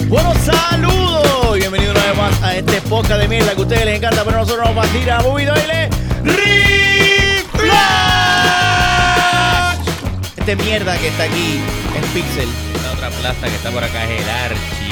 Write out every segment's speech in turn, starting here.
Bueno, saludos y bienvenidos una vez más a este podcast de mierda que a ustedes les encanta, pero nosotros nos fascina. Movie Doyle Reflash. Este mierda que está aquí en Pixel. La otra plasta que está por acá es el Archie.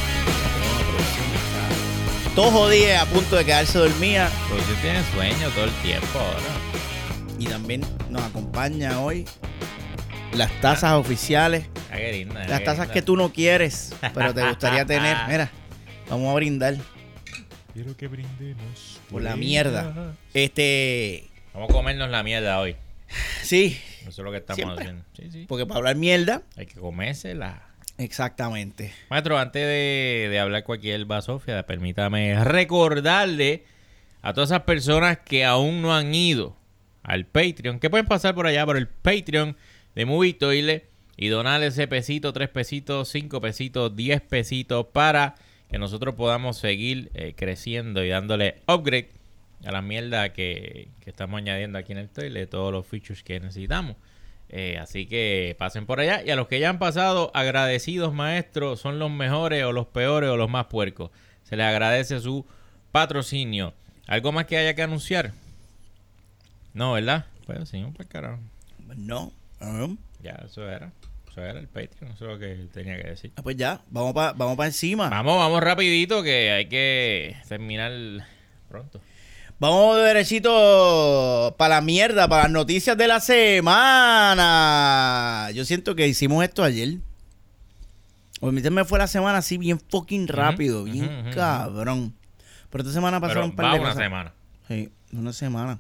Todo jodido a punto de quedarse dormida. Pues usted tiene sueño todo el tiempo ahora. Y también nos acompaña hoy las tazas oficiales. Qué linda, Las qué tazas linda. que tú no quieres, pero te gustaría tener. Mira, vamos a brindar Quiero que brindemos por la mierda. Vamos a comernos la mierda hoy. Sí, Eso es lo que estamos Siempre. haciendo. Sí, sí. porque para hablar mierda, Hay que comérsela. exactamente. Maestro, antes de hablar cualquier basofia, permítame recordarle a todas esas personas que aún no han ido al Patreon, que pueden pasar por allá por el Patreon de Movie Toilet y donar ese pesito, 3 pesitos, 5 pesitos, 10 pesitos para que nosotros podamos seguir creciendo y dándole upgrade a la mierda que estamos añadiendo aquí en el Toilet, todos los features que necesitamos. Así que pasen por allá. Y a los que ya han pasado, agradecidos, maestros, son los mejores o los peores o los más puercos. Se les agradece su patrocinio. ¿Algo más que haya que anunciar? No, ¿verdad? Pues sí, un carajo. No. Ya, eso era el Patreon, eso es lo que tenía que decir. Pues ya, vamos para encima. Vamos rapidito que hay que terminar pronto. Vamos derechito para la mierda, para las noticias de la semana. Yo siento que hicimos esto ayer. Pues me fue la semana así bien fucking rápido, bien cabrón. Pero esta semana pasaron un par de cosas. Una semana. Sí, una semana.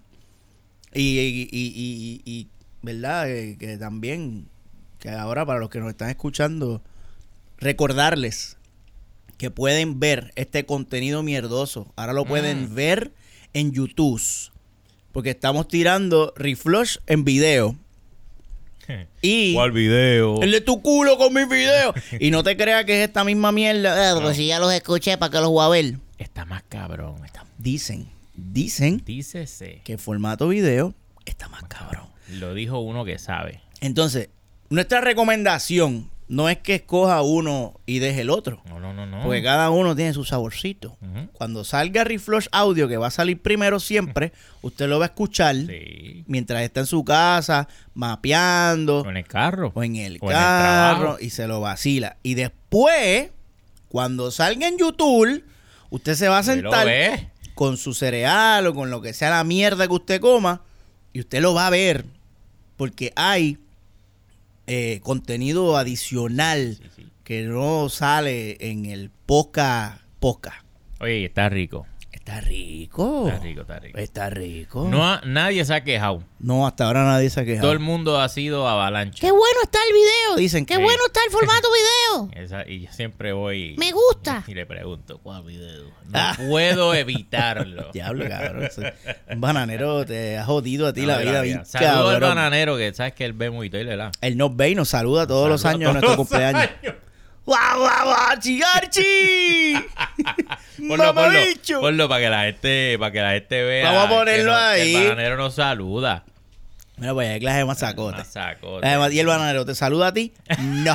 Y ¿verdad? Que también, que ahora para los que nos están escuchando, recordarles que pueden ver este contenido mierdoso. Ahora lo pueden ver en YouTube. Porque estamos tirando Reflush en video. Y ¿Cuál video? el de tu culo con mis videos. Y no te creas que es esta misma mierda. Pues si ya los escuché, ¿para qué los voy a ver? Está más cabrón. Dicen Dícese. que el formato video está más cabrón. Lo dijo uno que sabe. Entonces, nuestra recomendación no es que escoja uno y deje el otro. No. Porque cada uno tiene su saborcito. Cuando salga Reflush Audio, que va a salir primero siempre, usted lo va a escuchar mientras está en su casa, mapeando. O en el carro. O en el O carro. trabajo. Y se lo vacila. Y después, cuando salga en YouTube, usted se va a Ahí lo sentar ve. con su cereal o con lo que sea la mierda que usted coma. Y usted lo va a ver. Porque hay contenido adicional que no sale en el podcast. Oye, está rico. Está rico. Está rico. Nadie se ha quejado. No, hasta ahora nadie se ha quejado. Todo el mundo ha sido avalancha. ¡Qué bueno está el video! Dicen, ¡qué bueno está el formato video! Y yo siempre voy. ¡Me gusta! Y le pregunto, ¿cuál video? No puedo evitarlo. Diablo, cabrón. Un bananero te ha jodido a ti la vida bien Saludos al cabrón. bananero, que sabes que él ve muy bien, ¿verdad? Él nos ve y nos saluda todos los años de nuestro cumpleaños. ¡Guau, guau, guau! ¡Archi! ¡Mamabicho! Ponlo para que la gente vea. Vamos a ponerlo que ahí. El bananero nos saluda. Mira, pues, clase de masacote. Masacote. ¿Y el bananero te saluda a ti? No.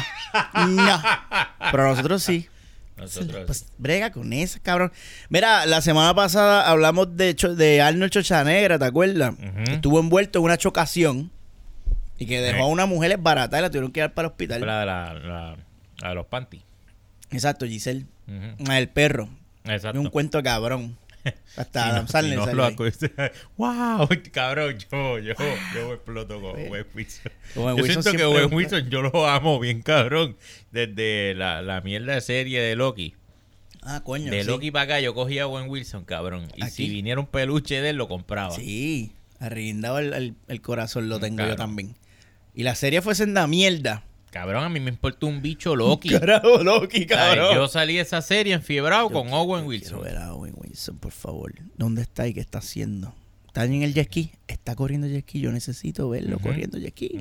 Pero nosotros sí. Nosotros. Pues brega con eso, cabrón. Mira, la semana pasada hablamos de Arnold Schwarzenegger, ¿te acuerdas? Estuvo envuelto en una chocación y que dejó a una mujer esbaratada y la tuvieron que llevar para el hospital. La de los panties. Exacto, Giselle. El perro. Exacto. Es un cuento cabrón. Hasta Adam Sandler salió ahí. ¡Wow! Cabrón, yo exploto con Owen Wilson. Owen Yo Wilson siento que siempre Owen Wilson yo lo amo bien cabrón. Desde la mierda de serie de Loki. Ah, coño, De sí. Loki para acá yo cogía a Owen Wilson, cabrón. Y Aquí. si viniera un peluche de él, lo compraba. Sí, arreguindado el corazón lo tengo Claro. yo también. Y la serie fue senda mierda. Cabrón, a mí me importa un bicho Loki. Carajo, Loki, Ay, cabrón. yo salí de esa serie enfiebrado con Owen Wilson. Quiero ver a Owen Wilson, por favor. ¿Dónde está y qué está haciendo? ¿Está en el jet ski? ¿Está corriendo jet ski? Yo necesito verlo corriendo jet ski.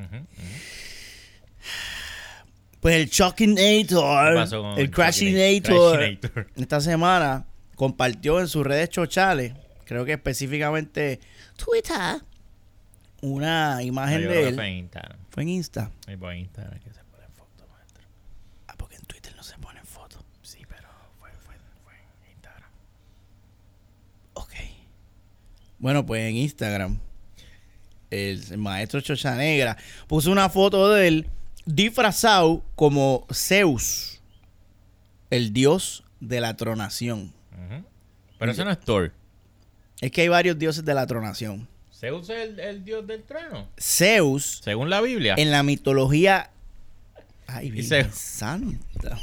Pues el Shockinator, el Crashinator, esta semana compartió en sus redes sociales, creo que específicamente Twitter, una imagen de él. Fue en Instagram. Fue en Insta. Fue en Instagram que se ponen fotos, maestro. Ah, porque en Twitter no se ponen fotos. Sí, pero fue en Instagram. Ok. Bueno, pues en Instagram, el maestro Chocha Negra puso una foto de él disfrazado como Zeus, el dios de la tronación. Uh-huh. Pero eso no es Thor. Es que hay varios dioses de la tronación. ¿Zeus es el dios del trueno? Zeus, Según la Biblia. en la mitología... Ay, Virgen Zeus. Santa.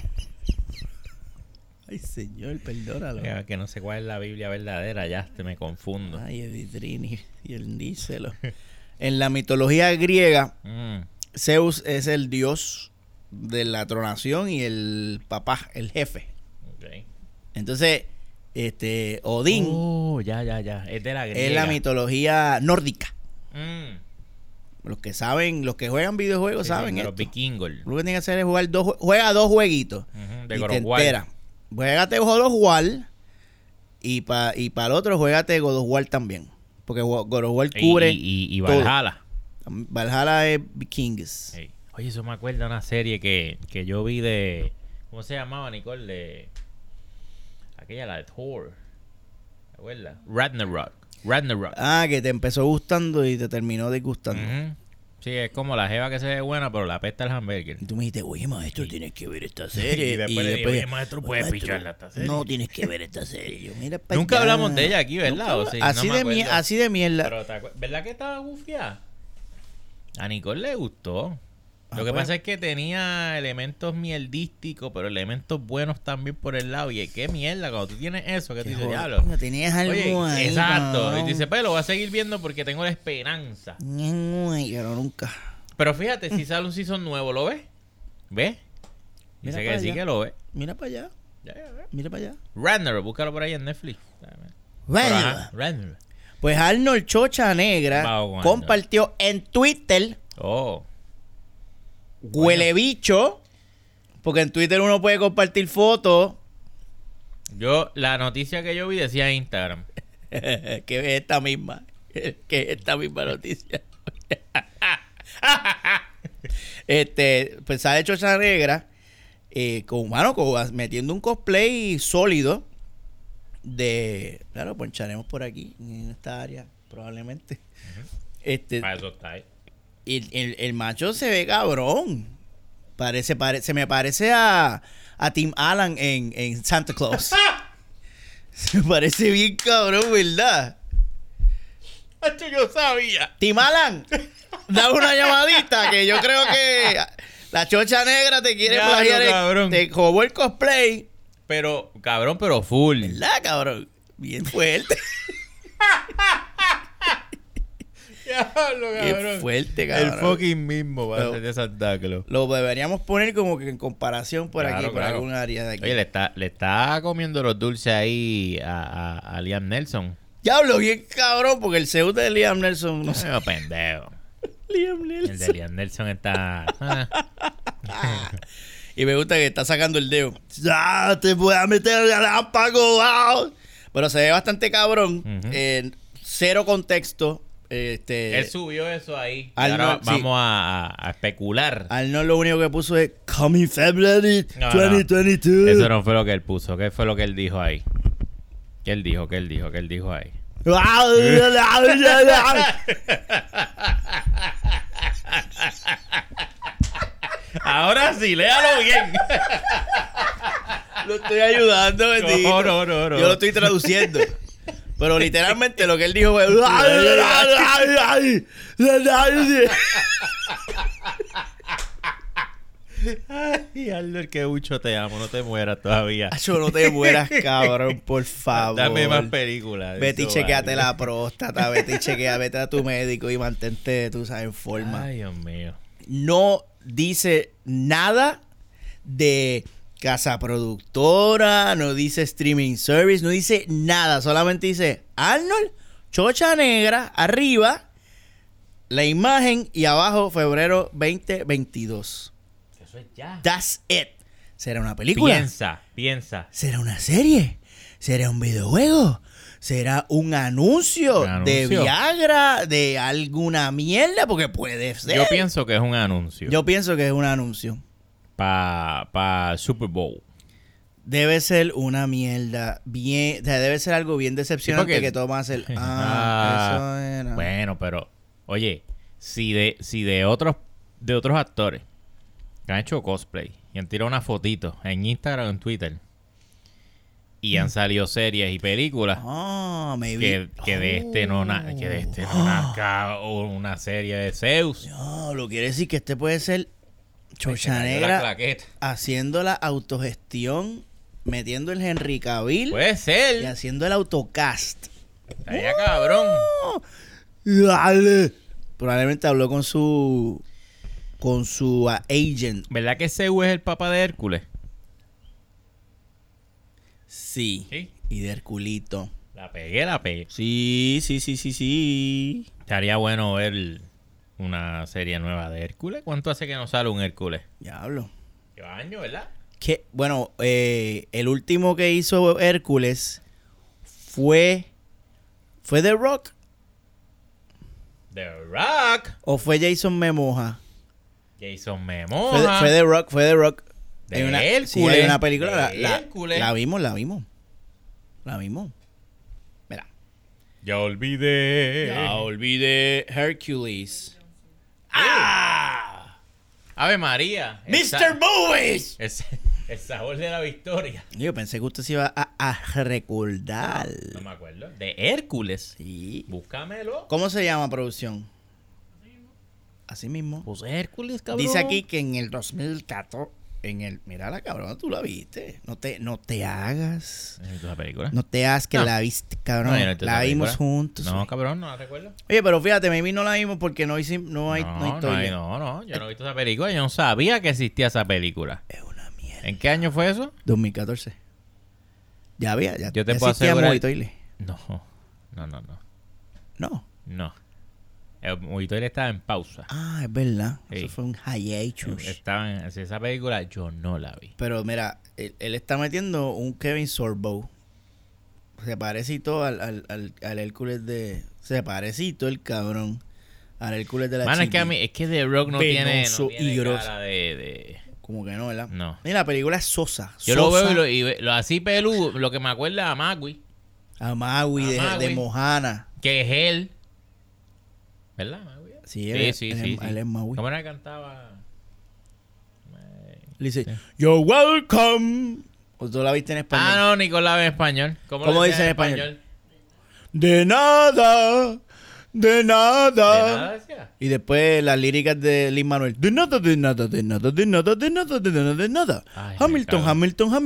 Ay, señor, perdónalo. Ya, que no sé cuál es la Biblia verdadera, ya me confundo. Ay, Editrini, y él díselo. En la mitología griega, Zeus es el dios de la tronación y el papá, el jefe. Okay. Entonces, Odín Ya. Es de la griega. es la mitología nórdica. Mm. Los que saben, los que juegan videojuegos saben de esto. los vikingos. Lo que tiene que hacer es jugar juega dos jueguitos. De y God te of War. enteras. Juégate God of War y para el otro juégate God of War también. Porque God of War cubre Y todo. Valhalla. Valhalla es Vikings. Hey. Oye, eso me acuerda de una serie que yo vi de... ¿Cómo se llamaba, Nicole? De... Aquella, la de Thor. ¿Te acuerdas? Ragnarok. Ah, que te empezó gustando y te terminó disgustando. Ujú. Sí, es como la jeva que se ve buena, pero la pesta el hamburger. Y tú me dijiste, oye, maestro, tienes que ver esta serie. Y después le dije, oye, maestro, ¿puedes picharla esta serie? No, tienes que ver esta serie. Yo, mira pa' Nunca allá. hablamos de ella aquí, ¿verdad? Nunca- O sí, así, no me de acuerdo. así de mierda. Pero, ¿verdad que estaba gufiada? A Nicole le gustó. Lo que pues. pasa es que tenía elementos mierdísticos, pero elementos buenos también por el lado. Y qué mierda, cuando tú tienes eso, que tú dices, diablo. Coño, tenías algo Oye, ahí. exacto. cabrón. Y tú dices, pues lo voy a seguir viendo porque tengo la esperanza. Ay, pero nunca. Pero fíjate, si sale un season nuevo, ¿lo ves? ¿Ves? Mira Dice para que sí allá. que lo ves. Mira para allá. Ya. Mira para allá. Ragnarok, búscalo por ahí en Netflix. Pero, Bueno, ajá, Ragnarok. pues Arnold Chocha Negra Vamos con compartió en Twitter, Oh. huele bicho, porque en Twitter uno puede compartir fotos, La noticia que yo vi decía Instagram. que es esta misma noticia. Pues sale Chocha Negra metiendo un cosplay sólido claro, poncharemos por aquí en esta área probablemente. Para eso está ahí. El macho se ve cabrón. Se me parece a Tim Allen en Santa Claus. Se me parece bien cabrón, ¿verdad? Yo sabía. Tim Allen, dame una llamadita que yo creo que la Chocha Negra te quiere Diablo, plagiar. cabrón. Te robó el cosplay. Pero, cabrón, pero full. ¿Verdad, cabrón? Bien fuerte. Diablo, Bien fuerte, cabrón. El fucking mismo va a Pero- ser de Santa Claus. Lo deberíamos poner como que en comparación por Claro, aquí, por claro. algún área de aquí. Oye, le está comiendo los dulces ahí a Liam Nelson. Diablo, bien cabrón, porque el Zeus de Liam Nelson, no sé. No, pendejo. Liam El Nelson. de Liam Nelson está... Y me gusta que está sacando el dedo. ¡Ah, te voy a meter el relámpago! ¡Ah! Pero se ve bastante cabrón. Ujú. Cero contexto. Él subió eso ahí. Y Arnold, ahora sí. vamos a especular. Arnold lo único que puso es Coming February No, no. 2022. Eso no fue lo que él puso. ¿Qué fue lo que él dijo ahí? ¿Qué él dijo ahí? Ahora sí, léalo bien. Lo estoy ayudando, bendito. No. Yo lo estoy traduciendo. Pero literalmente lo que él dijo fue... Ay, Albert, qué mucho te amo. No te mueras todavía. Acho, no te mueras, cabrón, por favor. Dame más películas. Vete y Eso chequeate vale. la próstata, vete a tu médico y mantente, tú sabes, en forma. Ay, Dios mío. No dice nada de casa productora, no dice streaming service, no dice nada, solamente dice Arnold, Chocha Negra, arriba, la imagen y abajo febrero 2022. Eso es ya. That's it. ¿Será una película? Piensa. ¿Será una serie? ¿Será un videojuego? ¿Será un anuncio, ¿Un anuncio? de Viagra? ¿De alguna mierda? Porque puede ser. Yo pienso que es un anuncio. Yo pienso que es un anuncio. Pa Super Bowl. Debe ser una mierda bien, o sea, debe ser algo bien decepcionante porque- que todos van a hacer. Eso era. Bueno, pero, oye, si de otros actores que han hecho cosplay y han tirado una fotito en Instagram o en Twitter y han salido series y películas Maybe. que de este no nazca una serie de Zeus. No, lo quiere decir que este puede ser Chocha Se cayó la Negra claqueta. haciendo la autogestión, metiendo el Henry Cavill Puede y ser. haciendo el autocast. Estaría cabrón. Dale. Probablemente habló con su agent. ¿Verdad que Zeus es el papá de Hércules? Sí. Sí. Y de Herculito. La pegué. Sí. Estaría bueno ver una serie nueva de Hércules. ¿Cuánto hace que no sale un Hércules? Diablo. Lleva años, ¿verdad? Que, bueno, el último que hizo Hércules fue The Rock The Rock. o fue Jason Momoa. Jason Momoa. Fue The Rock. De Hay una, Hércules. sí, hay una película. De La Hércules. vimos. Mira. Ya olvidé. Ya olvidé Hercules. Ave María. Mr. Movies. El sabor de la victoria. Yo pensé que usted se iba a recordar. No me acuerdo. De Hércules. Sí. Búscamelo. ¿Cómo se llama producción? Así mismo. Pues Hércules, cabrón. Dice aquí que en el 2014, mira la cabrona, tú la viste. No te hagas. ¿No has visto esa película? No te hagas que No. la viste, cabrón. No, yo no he visto la esa vimos película. juntos. No, cabrón, no la recuerdo. Oye, pero fíjate, maybe no la vimos porque no hay toilet. No, yo no he visto esa película. Yo no sabía que existía esa película. Es una mierda. ¿En qué año fue eso? 2014. Ya había, ya. Yo te ya puedo existía asegurar- Movie Toilet. No. No. El Movitoil estaba en pausa. Ah, es verdad. Sí. Eso fue un hiatus. Esa película yo no la vi. Pero mira, él está metiendo un Kevin Sorbo. Se parece y todo al Hércules de... Se parece y todo el cabrón al Hércules de la Mano, es que Chiqui. es que The Rock no Venoso tiene y grosso. cara de... Como que no, ¿verdad? No. Mira, la película es sosa. Yo lo Sosa. veo y lo así peludo, lo que me acuerda a Magui, A Maui de Maui. Mojana. que es él. ¿Verdad, Magui? Sí, sí, sí. él es Maui. ¿Cómo era que cantaba? Le dice, Sí. You're welcome. ¿O tú la viste en español? Ah, no, Nicolás en español. ¿Cómo lo dice decía en español? De De nada. nada decía. Y después las líricas de Lin Manuel. De nada. Ay, Hamilton, cabrón.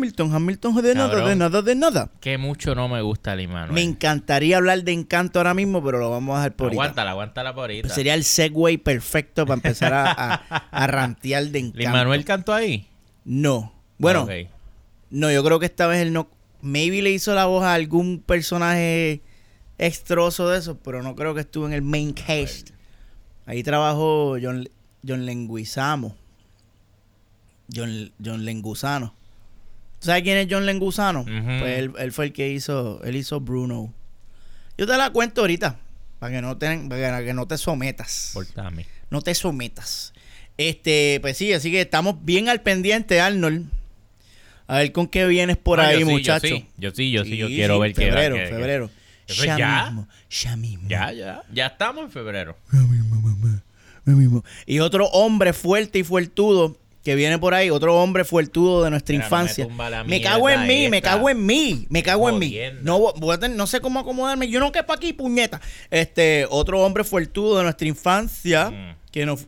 de nada. Que mucho no me gusta el Immanuel. Me encantaría hablar de Encanto ahora mismo, pero lo vamos a dejar por ahorita. Aguántala por ahorita. Pues sería el segue perfecto para empezar a rantear de Encanto. ¿Lin Manuel cantó ahí? No. Bueno, Ok. no, yo creo que esta vez él no... Maybe le hizo la voz a algún personaje extroso de eso, pero no creo que estuvo en el main cast. Ahí trabajó John Leguizamo. John Leguizamo. ¿Tú sabes quién es John Leguizamo? Ujú. Pues él fue el que hizo Bruno. Yo te la cuento ahorita, para que no te sometas. Portame. No te sometas. Pues sí, así que estamos bien al pendiente, Arnold. A ver con qué vienes por ahí, muchacho. Yo quiero ver qué febrero. Eso es ya. mismo. Ya estamos en febrero. Ya mismo. Y otro hombre fuerte y fuertudo que viene por ahí, otro hombre fuertudo de nuestra Mira, infancia. no me tumba la Me cago en mierda mí, me esta. cago en mí, me cago en mí. Jodienda. No, no sé cómo acomodarme. Yo no quepo aquí, puñeta. Otro hombre fuertudo de nuestra infancia que nos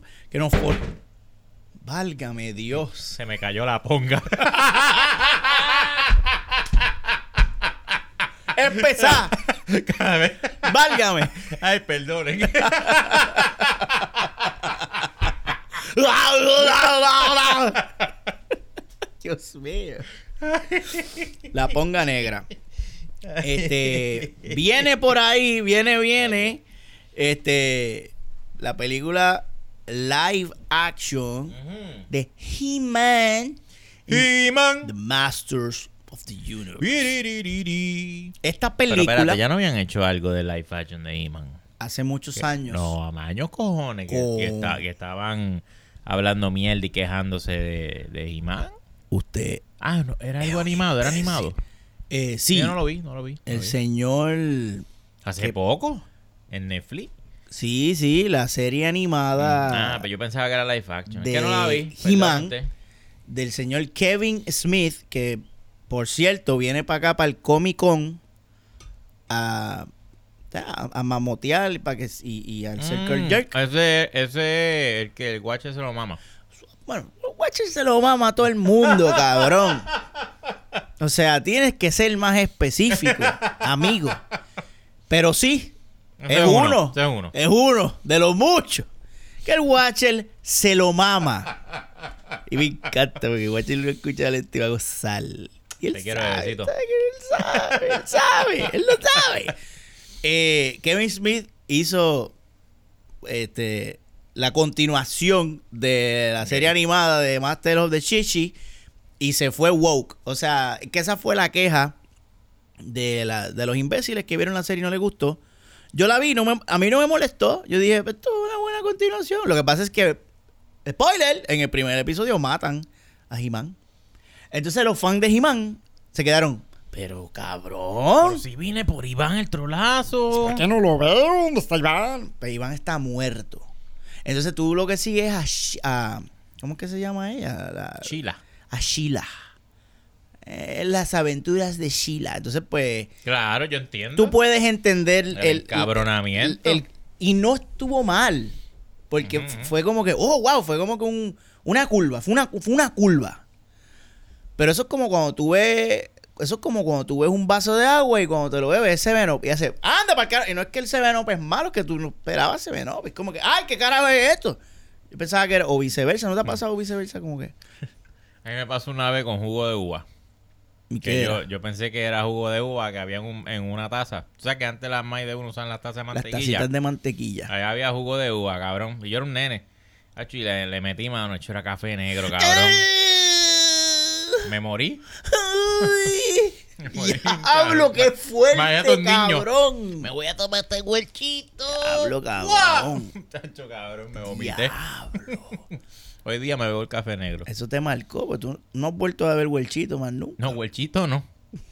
válgame Dios. Se me cayó la ponga. Empezá. Cada vez. Válgame. Ay, perdonen. Dios mío. La ponga negra. Viene por ahí, viene. La película live action de He-Man, He-Man. The Masters of the Universe. Esta Pero película espérate, ya no habían hecho algo de live action de He-Man. hace muchos años. No, años cojones. Que estaban hablando mierda y quejándose de He-Man. usted... Ah, no, era algo animado, era animado. Sí. Yo no lo vi. El señor... ¿Hace poco? ¿En Netflix? Sí, la serie animada... pero yo pensaba que era live action. De Es que no la vi. He-Man, perdónate. del señor Kevin Smith, que, por cierto, viene para acá, para el Comic Con, a mamotear y al Circle Jerk. Ese, el que el guache se lo mama. Bueno, los guaches se lo mama a todo el mundo, cabrón. O sea, tienes que ser más específico, amigo. Pero sí, Ese es uno. ese es uno. Es uno de los muchos que el Watcher se lo mama. Y me encanta porque el Watcher lo escucha al y va a gozar. Y él Te quiero, sabe, bebecito. él lo sabe. Kevin Smith hizo la continuación de la serie animada de Master of the Chichi y se fue woke. O sea, que esa fue la queja de los imbéciles que vieron la serie y no les gustó. Yo la vi, a mí no me molestó. Yo dije, esto es una buena continuación. Lo que pasa es que, spoiler, en el primer episodio matan a He-Man. Entonces los fans de He-Man se quedaron, pero cabrón. Pero si vine por Iván el trolazo. ¿Por qué no lo veo? ¿Dónde está Iván? Pero Iván está muerto. Entonces tú lo que sigues a ¿cómo es que se llama ella? Chila. A Sheila. Las aventuras de Sheila. Entonces, pues... Claro, yo entiendo. Tú puedes entender el cabronamiento. Y no estuvo mal. Porque fue como que... Oh, wow. Fue como que una curva. Fue una curva. Pero eso es como cuando tú ves... Eso es como cuando tú ves un vaso de agua y cuando te lo bebes es 7-Up. Y hace... ¡Anda para acá! Y no es que el 7-Up es malo, que tú no esperabas 7-Up. Es como que... ¡Ay, qué carajo es esto! Yo pensaba que era... O viceversa. ¿No te ha pasado viceversa? Como que... A mí me pasó una vez con jugo de uva. Que yo pensé que era jugo de uva que había en una taza. O sea que antes las más de uno usaban las tazas de mantequilla. Las tacitas de mantequilla. Allá había jugo de uva, cabrón. Y yo era un nene. Acho, y le metí mano, hecho era café negro, cabrón. Me morí. ¡Diablo, qué fuerte, cabrón! Me voy a tomar este huelchito. ¡Diablo, cabrón! ¡Wow! Tacho, cabrón, me vomité. ¡Diablo! Hoy día me bebo el café negro. Eso te marcó, porque tú no has vuelto a beber huelchito más nunca. No, huelchito no.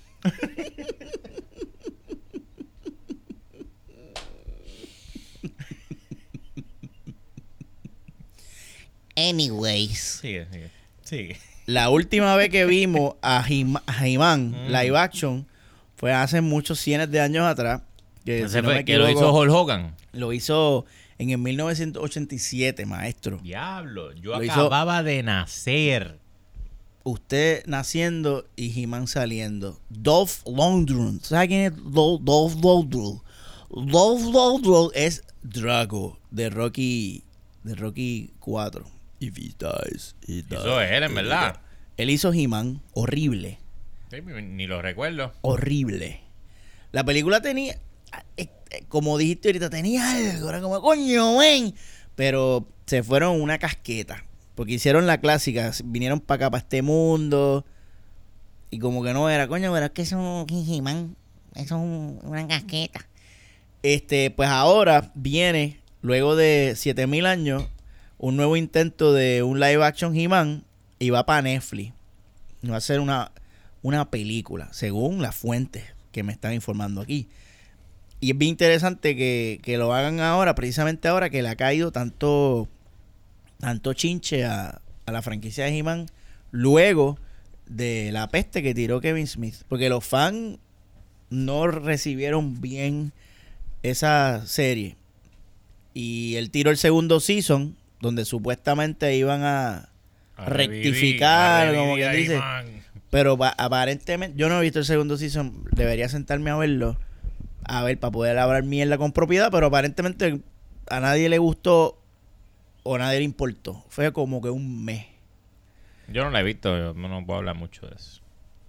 Anyways. Sigue. La última vez que vimos a He-Man live action fue hace muchos cientos de años atrás. Que, si no me equivoco, lo hizo Hulk Hogan. Lo hizo en el 1987, maestro. Diablo, yo acababa de nacer. Usted naciendo y He-Man saliendo. Dolph Lundgren. ¿Sabe quién es Dolph Lundgren? Dolph Lundgren es Drago de Rocky 4. If he dies, he dies. Eso es él, en verdad. Él hizo He-Man horrible. Sí, ni lo recuerdo. Horrible. La película tenía, como dijiste ahorita, tenía algo. Era como, coño, ven. Pero se fueron una casqueta. Porque hicieron la clásica. Vinieron para acá, para este mundo. Y como que no era, coño, pero es que eso es He-Man. Eso es una casqueta. Pues ahora viene, luego de 7000 años, un nuevo intento de un live action He-Man y va para Netflix. Va a ser una película, según las fuentes que me están informando aquí. Y es bien interesante que lo hagan ahora, precisamente ahora que le ha caído tanto chinche a la franquicia de He-Man luego de la peste que tiró Kevin Smith. Porque los fans no recibieron bien esa serie. Y él tiró el segundo season, donde supuestamente iban a rectificar, como que dice. Pero aparentemente, yo no he visto el segundo season, debería sentarme a verlo, para poder hablar mierda con propiedad, pero aparentemente a nadie le gustó o a nadie le importó. Fue como que un mes. Yo no la he visto, yo no puedo hablar mucho de eso.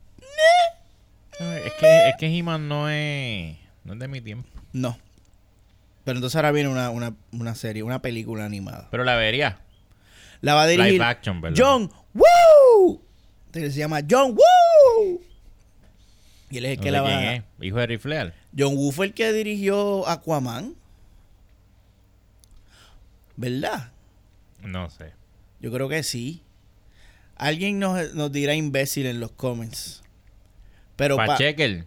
Es que He-Man no es de mi tiempo. No. Pero entonces ahora viene una serie, una película animada. Pero la vería. La va a dirigir live action, ¿verdad? John Woo. Se llama John Woo. Y él es el que la va a... ¿Quién es? Hijo de Rifleal. John Woo fue el que dirigió Aquaman. ¿Verdad? No sé. Yo creo que sí. Alguien nos dirá imbécil en los comments. Pero Fachecker.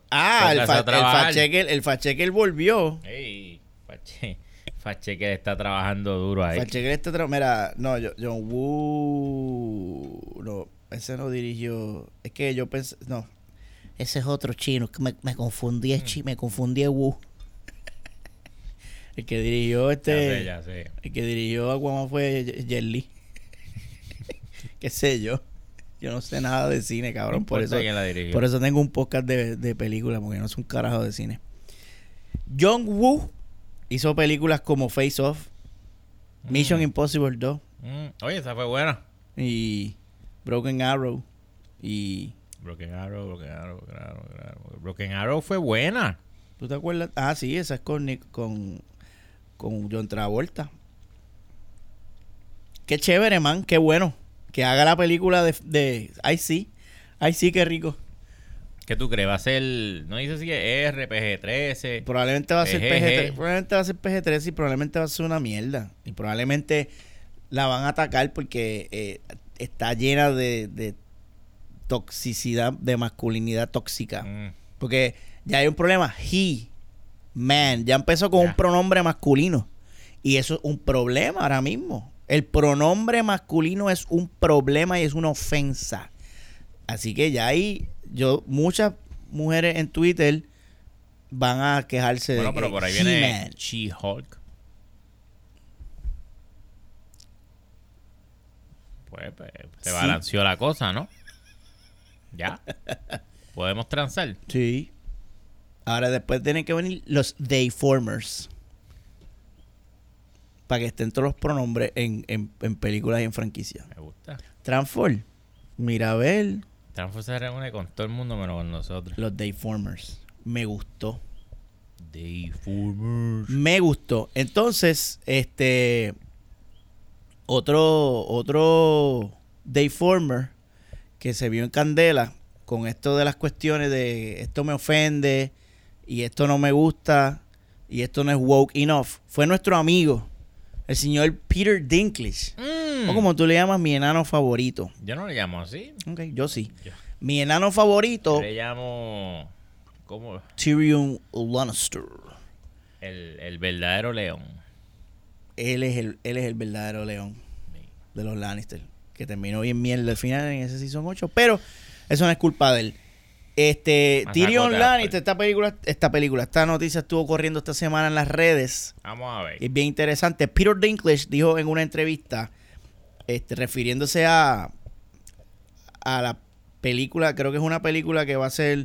el Fachecker volvió. Ey, Fachecker está trabajando duro ahí. Fachecker está mira, no, John Woo. No, ese no dirigió. Es que yo pensé. No. Ese es otro chino. Que me confundí. Me confundí Woo. El que dirigió Ya sé. El que dirigió Aquaman fue Jet Li. Qué sé yo. Yo no sé nada de cine, cabrón. Por eso tengo un podcast de películas, porque no es un carajo de cine. John Woo hizo películas como Face Off, Mission Impossible 2. Oye, esa fue buena. Y Broken Arrow. Broken Arrow fue buena. ¿Tú te acuerdas? Ah, sí, esa es con John Travolta. Qué chévere, man. Qué bueno. Que haga la película de Ay, sí, qué rico. ¿Qué tú crees? ¿Va a ser, no dice si es RPG-13? Probablemente va a ser PG-13. Probablemente va a ser PG-13 y probablemente va a ser una mierda. Y probablemente la van a atacar porque está llena de toxicidad, de masculinidad tóxica. Porque ya hay un problema. Man. Ya empezó con un pronombre masculino. Y eso es un problema ahora mismo. El pronombre masculino es un problema y es una ofensa. Así que ya hay muchas mujeres en Twitter van a quejarse de pero por ahí viene She-Hulk. Pues se balanceó la cosa, ¿no? Ya. Podemos transar. Sí. Ahora después tienen que venir los Dayformers. Para que estén todos los pronombres en películas y en franquicias. Me gusta. Transform. Mirabel. Transform se reúne con todo el mundo menos con nosotros. Los Dayformers. Me gustó. Dayformers. Me gustó. Entonces, otro Dayformer que se vio en candela con esto de las cuestiones de esto me ofende y esto no me gusta y esto no es woke enough, fue nuestro amigo, el señor Peter Dinklage. O como tú le llamas, mi enano favorito. Yo no le llamo así. Ok, yo sí. Mi enano favorito. Yo le llamo... ¿Cómo? Tyrion Lannister. El verdadero león. Él es el verdadero león de los Lannister. Que terminó bien mierda al final en ese Season 8. Pero eso no es culpa de él. Tyrion Lannister, esta noticia estuvo corriendo esta semana en las redes. Vamos a ver. Es bien interesante. Peter Dinklage dijo en una entrevista, refiriéndose a la película, creo que es una película que va a ser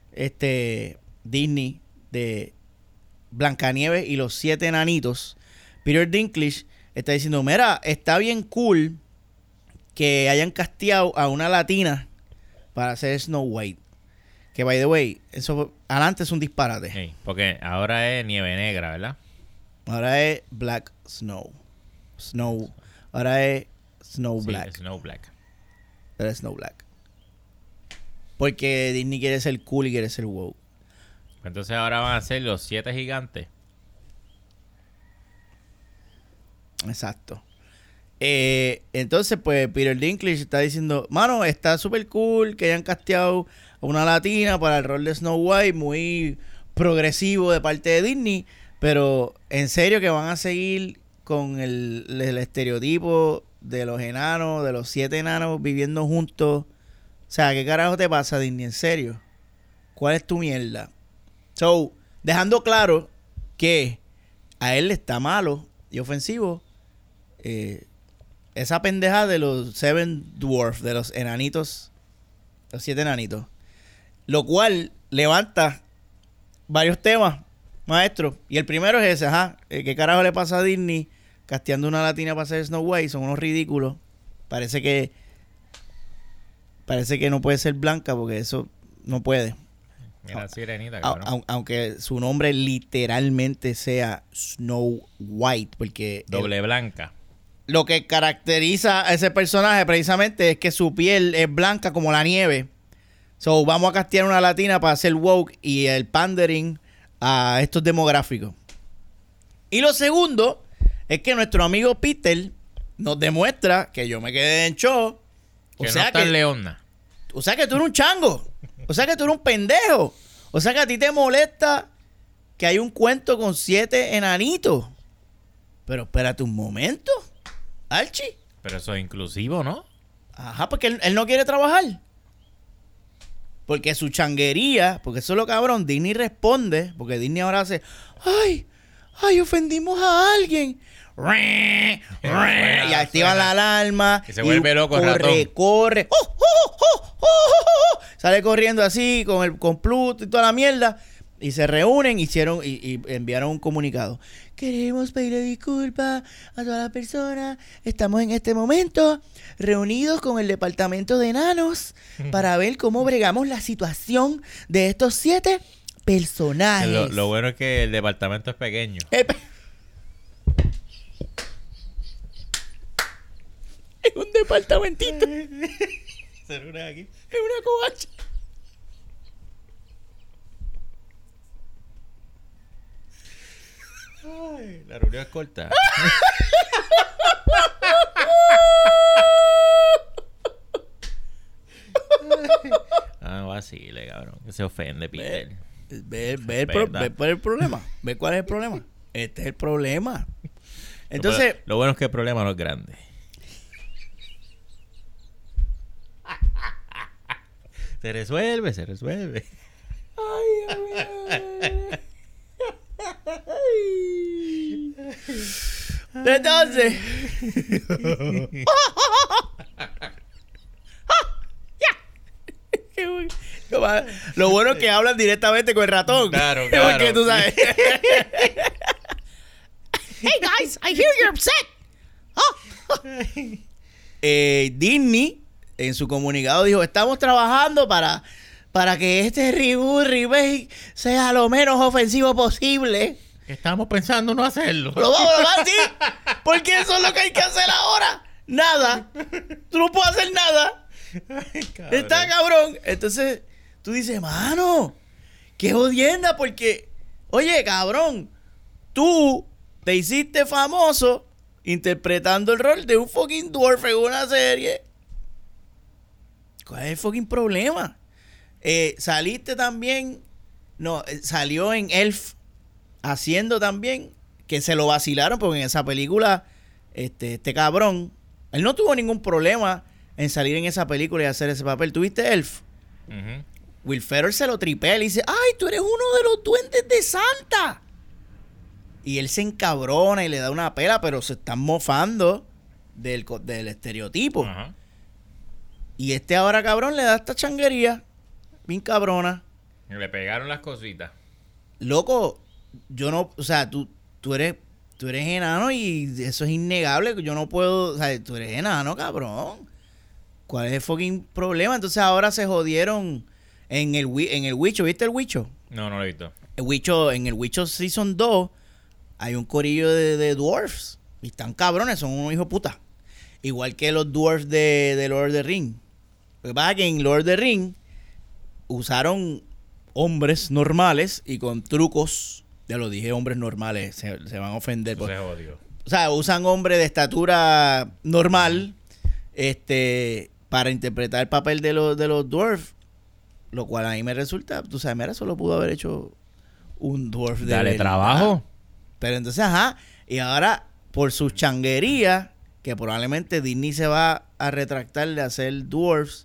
Disney de Blancanieves y los 7 enanitos. Peter Dinklage está diciendo, mira, está bien cool que hayan casteado a una latina para hacer Snow White. Que, by the way, eso adelante es un disparate. Sí, porque ahora es nieve negra, ¿verdad? Ahora es Black Snow. Ahora es Snow Black. Snow Black. Ahora es Snow Black. Porque Disney quiere ser cool y quiere ser woke. Entonces ahora van a ser los 7 gigantes. Exacto. Entonces, pues, Peter Dinklage está diciendo, mano, está súper cool que hayan casteado a una latina para el rol de Snow White, muy progresivo de parte de Disney, pero en serio que van a seguir con el estereotipo de los enanos, de los 7 enanos viviendo juntos. O sea, ¿qué carajo te pasa, Disney? ¿En serio? ¿Cuál es tu mierda? So, dejando claro que a él le está malo y ofensivo esa pendeja de los 7 Dwarfs, de los enanitos, los 7 enanitos. Lo cual levanta varios temas, maestro. Y el primero es ese, ¿qué carajo le pasa a Disney casteando una latina para hacer Snow White? Son unos ridículos. Parece que no puede ser blanca porque eso no puede. Mira, sirenita, cabrón. Aunque su nombre literalmente sea Snow White, porque doble blanca. Lo que caracteriza a ese personaje precisamente es que su piel es blanca como la nieve. So, vamos a castear una latina para hacer woke y el pandering a estos demográficos. Y lo segundo es que nuestro amigo Peter nos demuestra que yo me quedé en show O Que sea no está en Leona. O sea que tú eres un chango. O sea que tú eres un pendejo. O sea que a ti te molesta que hay un cuento con 7 enanitos. Pero espérate un momento, Archie. Pero eso es inclusivo, ¿no? Ajá, porque él no quiere trabajar. Porque su changuería, porque eso es lo cabrón, Disney responde, porque Disney ahora hace, ay, ofendimos a alguien. Y activa la alarma. Y se vuelve loco el ratón. Corre. Sale corriendo así con Pluto y toda la mierda. Y se reúnen, y enviaron un comunicado. Queremos pedirle disculpas a todas las personas. Estamos en este momento reunidos con el departamento de enanos para ver cómo bregamos la situación de estos 7 personajes. Lo bueno es que el departamento es pequeño. Es un departamentito. Se reúnen aquí. Es una covacha. Ay, la reunión es corta. Vacile, cabrón. Que se ofende, Peter. Ve el problema. Ve cuál es el problema. Este es el problema. Entonces, Lo bueno es que el problema no es grande. Se resuelve. Entonces, lo bueno es que hablan directamente con el ratón. Claro. Porque tú sabes. Hey guys, I hear you're upset. Disney en su comunicado dijo, estamos trabajando para que este remake sea lo menos ofensivo posible. Estamos pensando no hacerlo. Lo vamos a hacer, porque eso es lo que hay que hacer ahora. Nada. Tú no puedes hacer nada. Ay, Está cabrón. Entonces, tú dices, mano, qué jodienda, porque, oye, cabrón, tú te hiciste famoso interpretando el rol de un fucking dwarf en una serie. ¿Cuál es el fucking problema? Saliste también, salió en Elf haciendo también, que se lo vacilaron, porque en esa película, este cabrón, él no tuvo ningún problema en salir en esa película y hacer ese papel. ¿Tuviste Elf? Uh-huh. Will Ferrell se lo tripea y le dice, ay, tú eres uno de los duendes de Santa. Y él se encabrona y le da una pela, pero se están mofando del estereotipo. Uh-huh. Y ahora, cabrón, le da esta changuería bien cabrona. Le pegaron las cositas. Loco, yo no, o sea, tú eres enano y eso es innegable. Yo no puedo, o sea, tú eres enano, cabrón. ¿Cuál es el fucking problema? Entonces ahora se jodieron en el Wicho. ¿Viste el Wicho? No lo he visto. En el Wicho Season 2 hay un corillo de dwarfs. Y están cabrones, son unos hijos de puta. Igual que los dwarfs de Lord of the Ring. Lo que pasa es que en Lord of the Ring usaron hombres normales y con trucos. Ya lo dije, hombres normales. Se van a ofender. Se jodió. O sea, usan hombres de estatura normal para interpretar el papel de los dwarfs. Lo cual a mí me resulta, tú sabes, mira, solo pudo haber hecho un dwarf de Dale verdad. trabajo. Pero entonces, y ahora, por sus changuerías, que probablemente Disney se va a retractar de hacer dwarfs,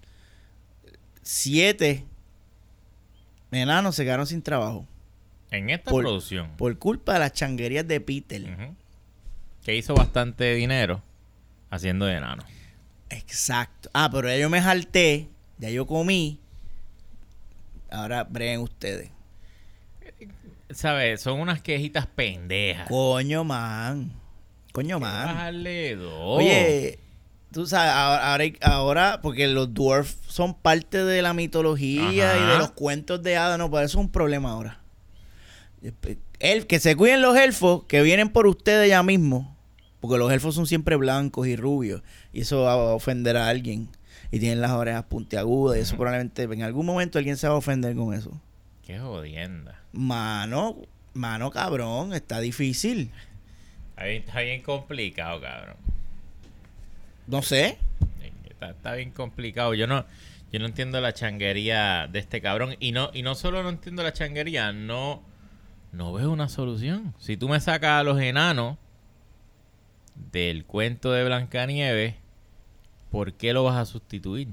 7 enanos se quedaron sin trabajo. En esta producción. Por culpa de las changuerías de Peter. Uh-huh. Que hizo bastante dinero haciendo de enano. Exacto. Pero ya yo me jalté, ya yo comí. Ahora breguen ustedes. ¿Sabes? Son unas quejitas pendejas. Coño, man. Bajarle 2. Oye, tú sabes, ahora, porque los dwarfs son parte de la mitología. Ajá. Y de los cuentos de hadas, no, pero eso es un problema ahora. Que se cuiden los elfos que vienen por ustedes ya mismo, porque los elfos son siempre blancos y rubios, y eso va a ofender a alguien, y tienen las orejas puntiagudas, y eso probablemente en algún momento alguien se va a ofender con eso. Qué jodienda. Mano, cabrón, está difícil. Está bien complicado, cabrón. No sé. está bien complicado. Yo no entiendo la changuería de este cabrón. Y no solo no entiendo la changuería, no veo una solución. Si tú me sacas a los enanos del cuento de Blancanieves, ¿por qué lo vas a sustituir?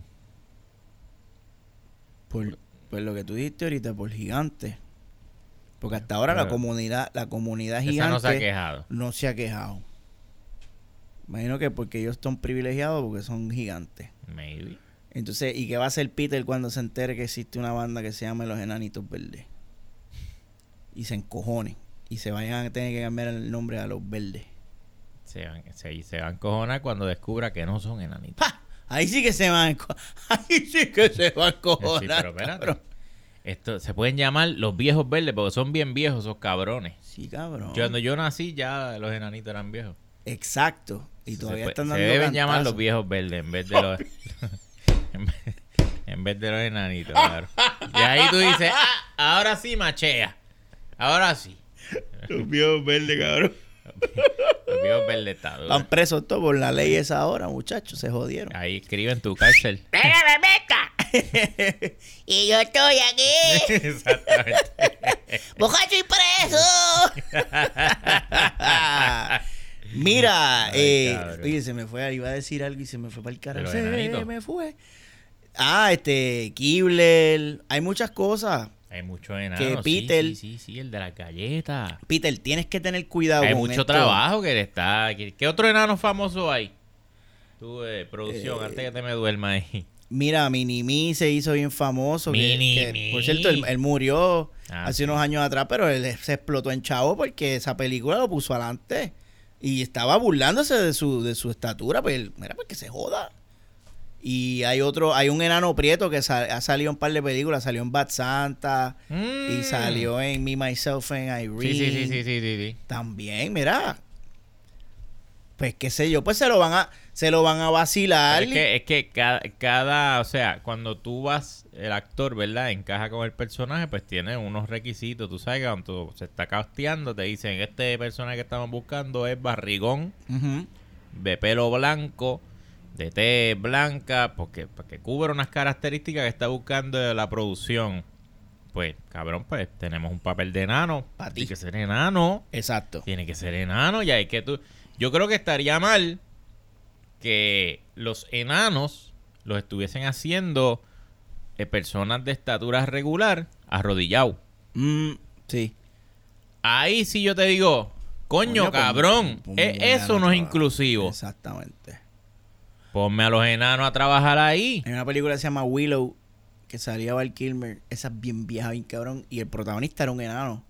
Por lo que tú dijiste ahorita, por gigantes. Porque hasta ahora la comunidad gigante esa no se ha quejado. No se ha quejado. Imagino que porque ellos son privilegiados porque son gigantes. Maybe. Entonces, ¿y qué va a hacer Peter cuando se entere que existe una banda que se llama Los Enanitos Verdes? Y se encojonen. Y se vayan a tener que cambiar el nombre a Los Verdes. Se va a encojonar cuando descubra que no son enanitos. ¡Ja! Ahí sí que se van a encojonar. Ahí sí que se va a encojonar. Sí, pero espérate. Esto se pueden llamar Los Viejos Verdes porque son bien viejos esos cabrones. Sí, cabrón. Cuando yo nací ya los enanitos eran viejos. Exacto. Y todavía están dando se deben cantazos. llamar Los Viejos Verdes en vez de los en vez de los enanitos, claro. Y ahí tú dices, ahora sí machea. Ahora sí. Los Viejos Verdes, cabrón. Los Viejos Verdes están. Están presos todos por la ley esa ahora, muchachos. Se jodieron. Ahí escriben tu cárcel. ¡Pégame, meca! Y yo estoy aquí. Exactamente. ¡Bocacho y preso! Mira, oye, se me fue, iba a decir algo y se me fue para el carajo. Se me fue. Kibler. Hay muchas cosas. Hay muchos enanos. Que Peter, sí, el de la galleta. Peter, tienes que tener cuidado. Hay con mucho esto. trabajo que le está. ¿Qué otro enano famoso hay? Tú, producción, antes que te me duerma ahí. Mira, Mini-Me se hizo bien famoso. Que, por cierto, él murió hace unos años atrás, pero él se explotó en chavo porque esa película lo puso adelante. Y estaba burlándose de su estatura. Pues, mira, pues que se joda. Y hay un enano prieto que ha salido en un par de películas. Salió en Bad Santa y salió en Me, Myself and Irene. Sí. También, mira. Pues qué sé yo, pues se lo van a vacilar. Es que cada, o sea, cuando tú vas, el actor, ¿verdad? Encaja con el personaje, pues tiene unos requisitos. Tú sabes que cuando se está casteando, te dicen, este personaje que estamos buscando es barrigón, de pelo blanco, de tez blanca, porque cubre unas características que está buscando la producción. Pues, cabrón, pues tenemos un papel de enano. Tiene que ser enano. Exacto. Tiene que ser enano, y hay que tú... Yo creo que estaría mal que los enanos los estuviesen haciendo personas de estatura regular arrodillados. Sí. Ahí sí yo te digo, coño, cabrón, eso no es inclusivo. Exactamente. Ponme a los enanos a trabajar ahí. Hay una película que se llama Willow, que salía Val Kilmer. Esa es bien vieja, bien cabrón. Y el protagonista era un enano.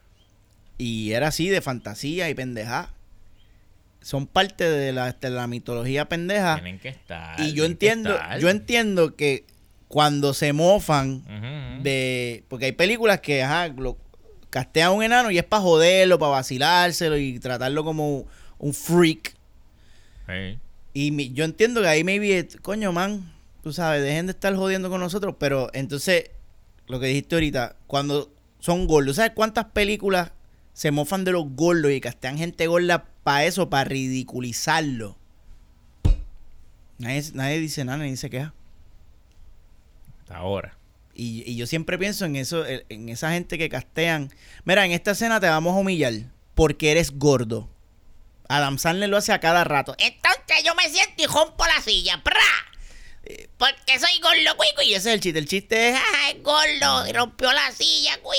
Y era así, de fantasía y pendejada. Son parte de la mitología pendeja. Tienen que estar. Y yo entiendo que cuando se mofan de... Porque hay películas que, lo castean a un enano y es para joderlo, para vacilárselo y tratarlo como un freak. Sí. Y yo entiendo que ahí maybe, coño, man, tú sabes, dejen de estar jodiendo con nosotros. Pero entonces, lo que dijiste ahorita, cuando son gordos, ¿sabes cuántas películas se mofan de los gordos y castean gente gorda para eso, para ridiculizarlo? Nadie dice nada, nadie se queja. Hasta ahora. Y yo siempre pienso en eso, en esa gente que castean. Mira, en esta escena te vamos a humillar porque eres gordo. Adam Sandler lo hace a cada rato. Entonces yo me siento y rompo la silla. ¡Pra! Porque soy gordo, cuy. Y ese es el chiste. El chiste es, es gordo y rompió la silla, cuy.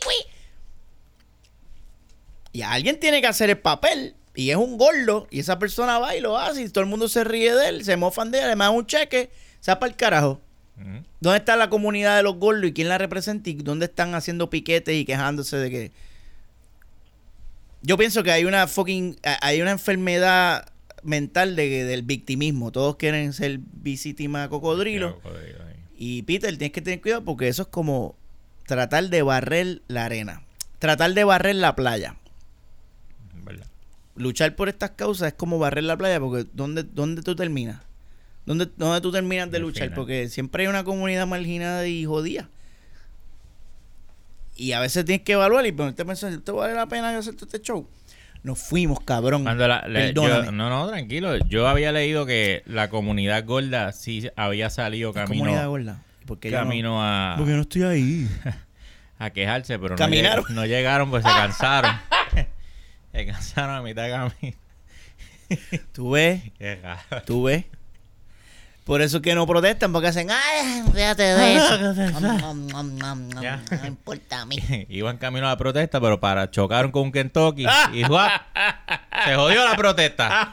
Y alguien tiene que hacer el papel. Y es un gordo. Y esa persona va y lo hace. Y todo el mundo se ríe de él. Se mofan de él. Además, un cheque. Se va para el carajo. ¿Dónde está la comunidad de los gordos? ¿Y quién la representa? ¿Y dónde están haciendo piquetes y quejándose de que...? Yo pienso que hay una enfermedad mental del victimismo. Todos quieren ser víctima cocodrilo. Y Peter, tienes que tener cuidado porque eso es como tratar de barrer la arena. Tratar de barrer la playa. ¿Verdad? Luchar por estas causas es como barrer la playa porque ¿dónde tú terminas? ¿Dónde tú terminas de luchar? Porque siempre hay una comunidad marginada y jodida. Y a veces tienes que evaluar y ponerte a pensar, ¿te vale la pena hacer este show? Nos fuimos, cabrón. Perdóname. No, tranquilo. Yo había leído que la comunidad gorda sí había salido camino. Comunidad gorda. Porque camino a. Porque no estoy ahí. A quejarse, pero no llegaron, pues se cansaron. Se cansaron a mitad de camino. ¿Tú ves? Por eso que no protestan, porque hacen, ¡ay, fíjate de eso! No importa a mí. Iban camino a la protesta, pero chocaron con un Kentucky y ¡guap! Se jodió la protesta.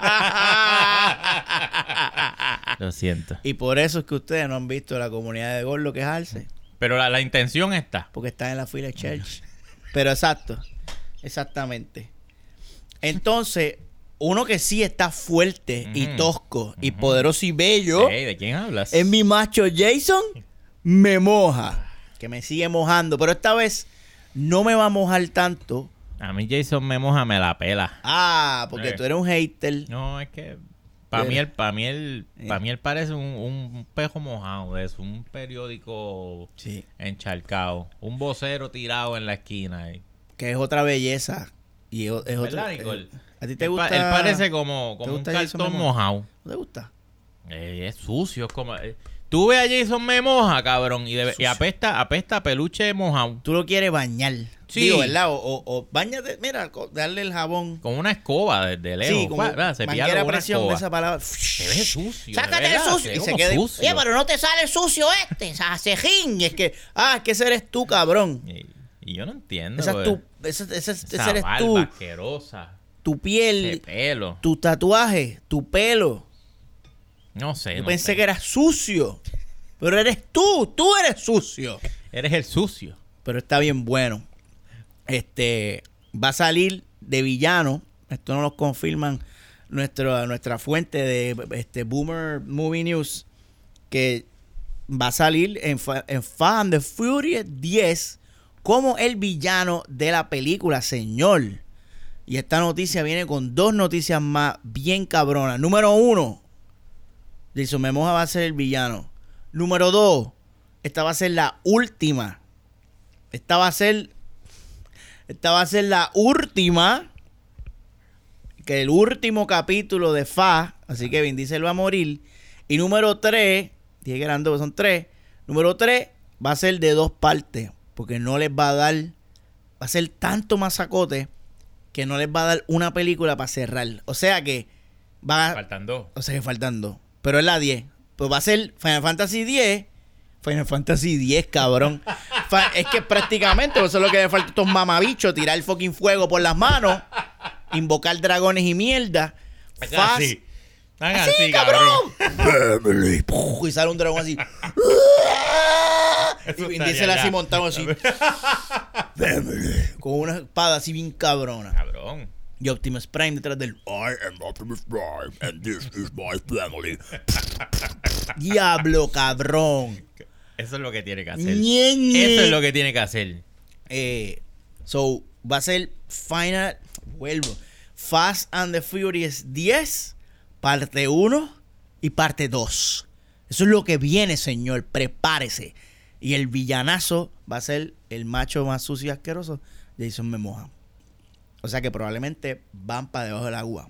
Lo siento. Y por eso es que ustedes no han visto la comunidad de gordo quejarse. Pero la intención está. Porque están en la fila de church. Pero exactamente. Entonces, uno que sí está fuerte y tosco y poderoso y bello. Hey, ¿de quién hablas? Es mi macho Jason. Me moja. Que me sigue mojando. Pero esta vez no me va a mojar tanto. A mí Jason me moja, me la pela. Porque tú eres un hater. No, es que para mí él parece un pejo mojado. Es un periódico encharcado. Un vocero tirado en la esquina. Que es otra belleza. Y es ¿verdad, Nicole? ¿A ti te gusta? Él parece como un cartón mojado. ¿No te gusta? Es sucio. Es como, tú ves a Jason me moja, cabrón. Y apesta a peluche mojado. Tú lo quieres bañar. Sí. Digo, ¿verdad? O bañate, mira, darle el jabón. Con una escoba desde lejos. Sí, como manguera a presión, esa palabra. Se ve sucio. Sácate el sucio. Y se queda. Oye, pero no te sale el sucio cejín. Y es que, ese eres tú, cabrón. Y yo no entiendo. Ese esa eres barba tú. asquerosa. Tu piel. Ese pelo. Tu tatuaje. Tu pelo. No sé. Yo pensé que eras sucio. Pero eres tú. Tú eres sucio. Eres el sucio. Pero está bien bueno. Va a salir de villano. Esto no lo confirman nuestra fuente de Boomer Movie News. Que va a salir en Fast and the Furious 10 como el villano de la película, señor. Y esta noticia viene con 2 noticias más bien cabronas. Número 1, Jason Momoa va a ser el villano. Número 2, esta va a ser la última. Esta va a ser la última. Que el último capítulo de Fast. Así que Vin Diesel va a morir. Y número 3, dije que eran 2, son 3. Número 3 va a ser de 2 partes. Porque no les va a dar. Va a ser tanto masacote que no les va a dar una película para cerrar. O sea que faltan 2. O sea que faltan 2. Pero es la 10. Pues va a ser Final Fantasy 10. Final Fantasy 10, cabrón. Es que prácticamente eso es lo que le falta a estos mamabichos. Tirar el fucking fuego por las manos. Invocar dragones y mierda. Así, cabrón. Y sale un dragón así. Y Vin Diesel así montado así. Con una espada así bien cabrona. Cabrón. Y Optimus Prime detrás del I am Optimus Prime and this is my family. Diablo, cabrón. Eso es lo que tiene que hacer. Eso es lo que tiene que hacer. So, va a ser Fast and the Furious 10, parte 1 y parte 2. Eso es lo que viene, señor. Prepárese. Y el villanazo va a ser el macho más sucio y asqueroso, Jason Momoa. O sea que probablemente van para debajo del agua.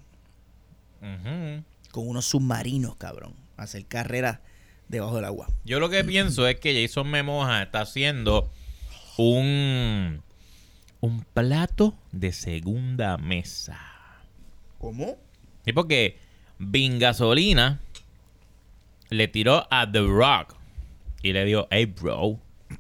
Con unos submarinos, cabrón. A hacer carreras debajo del agua. Yo lo que pienso es que Jason Momoa está haciendo un plato de segunda mesa. ¿Cómo? Sí, porque Vin Gasolina le tiró a The Rock y le dijo, hey bro,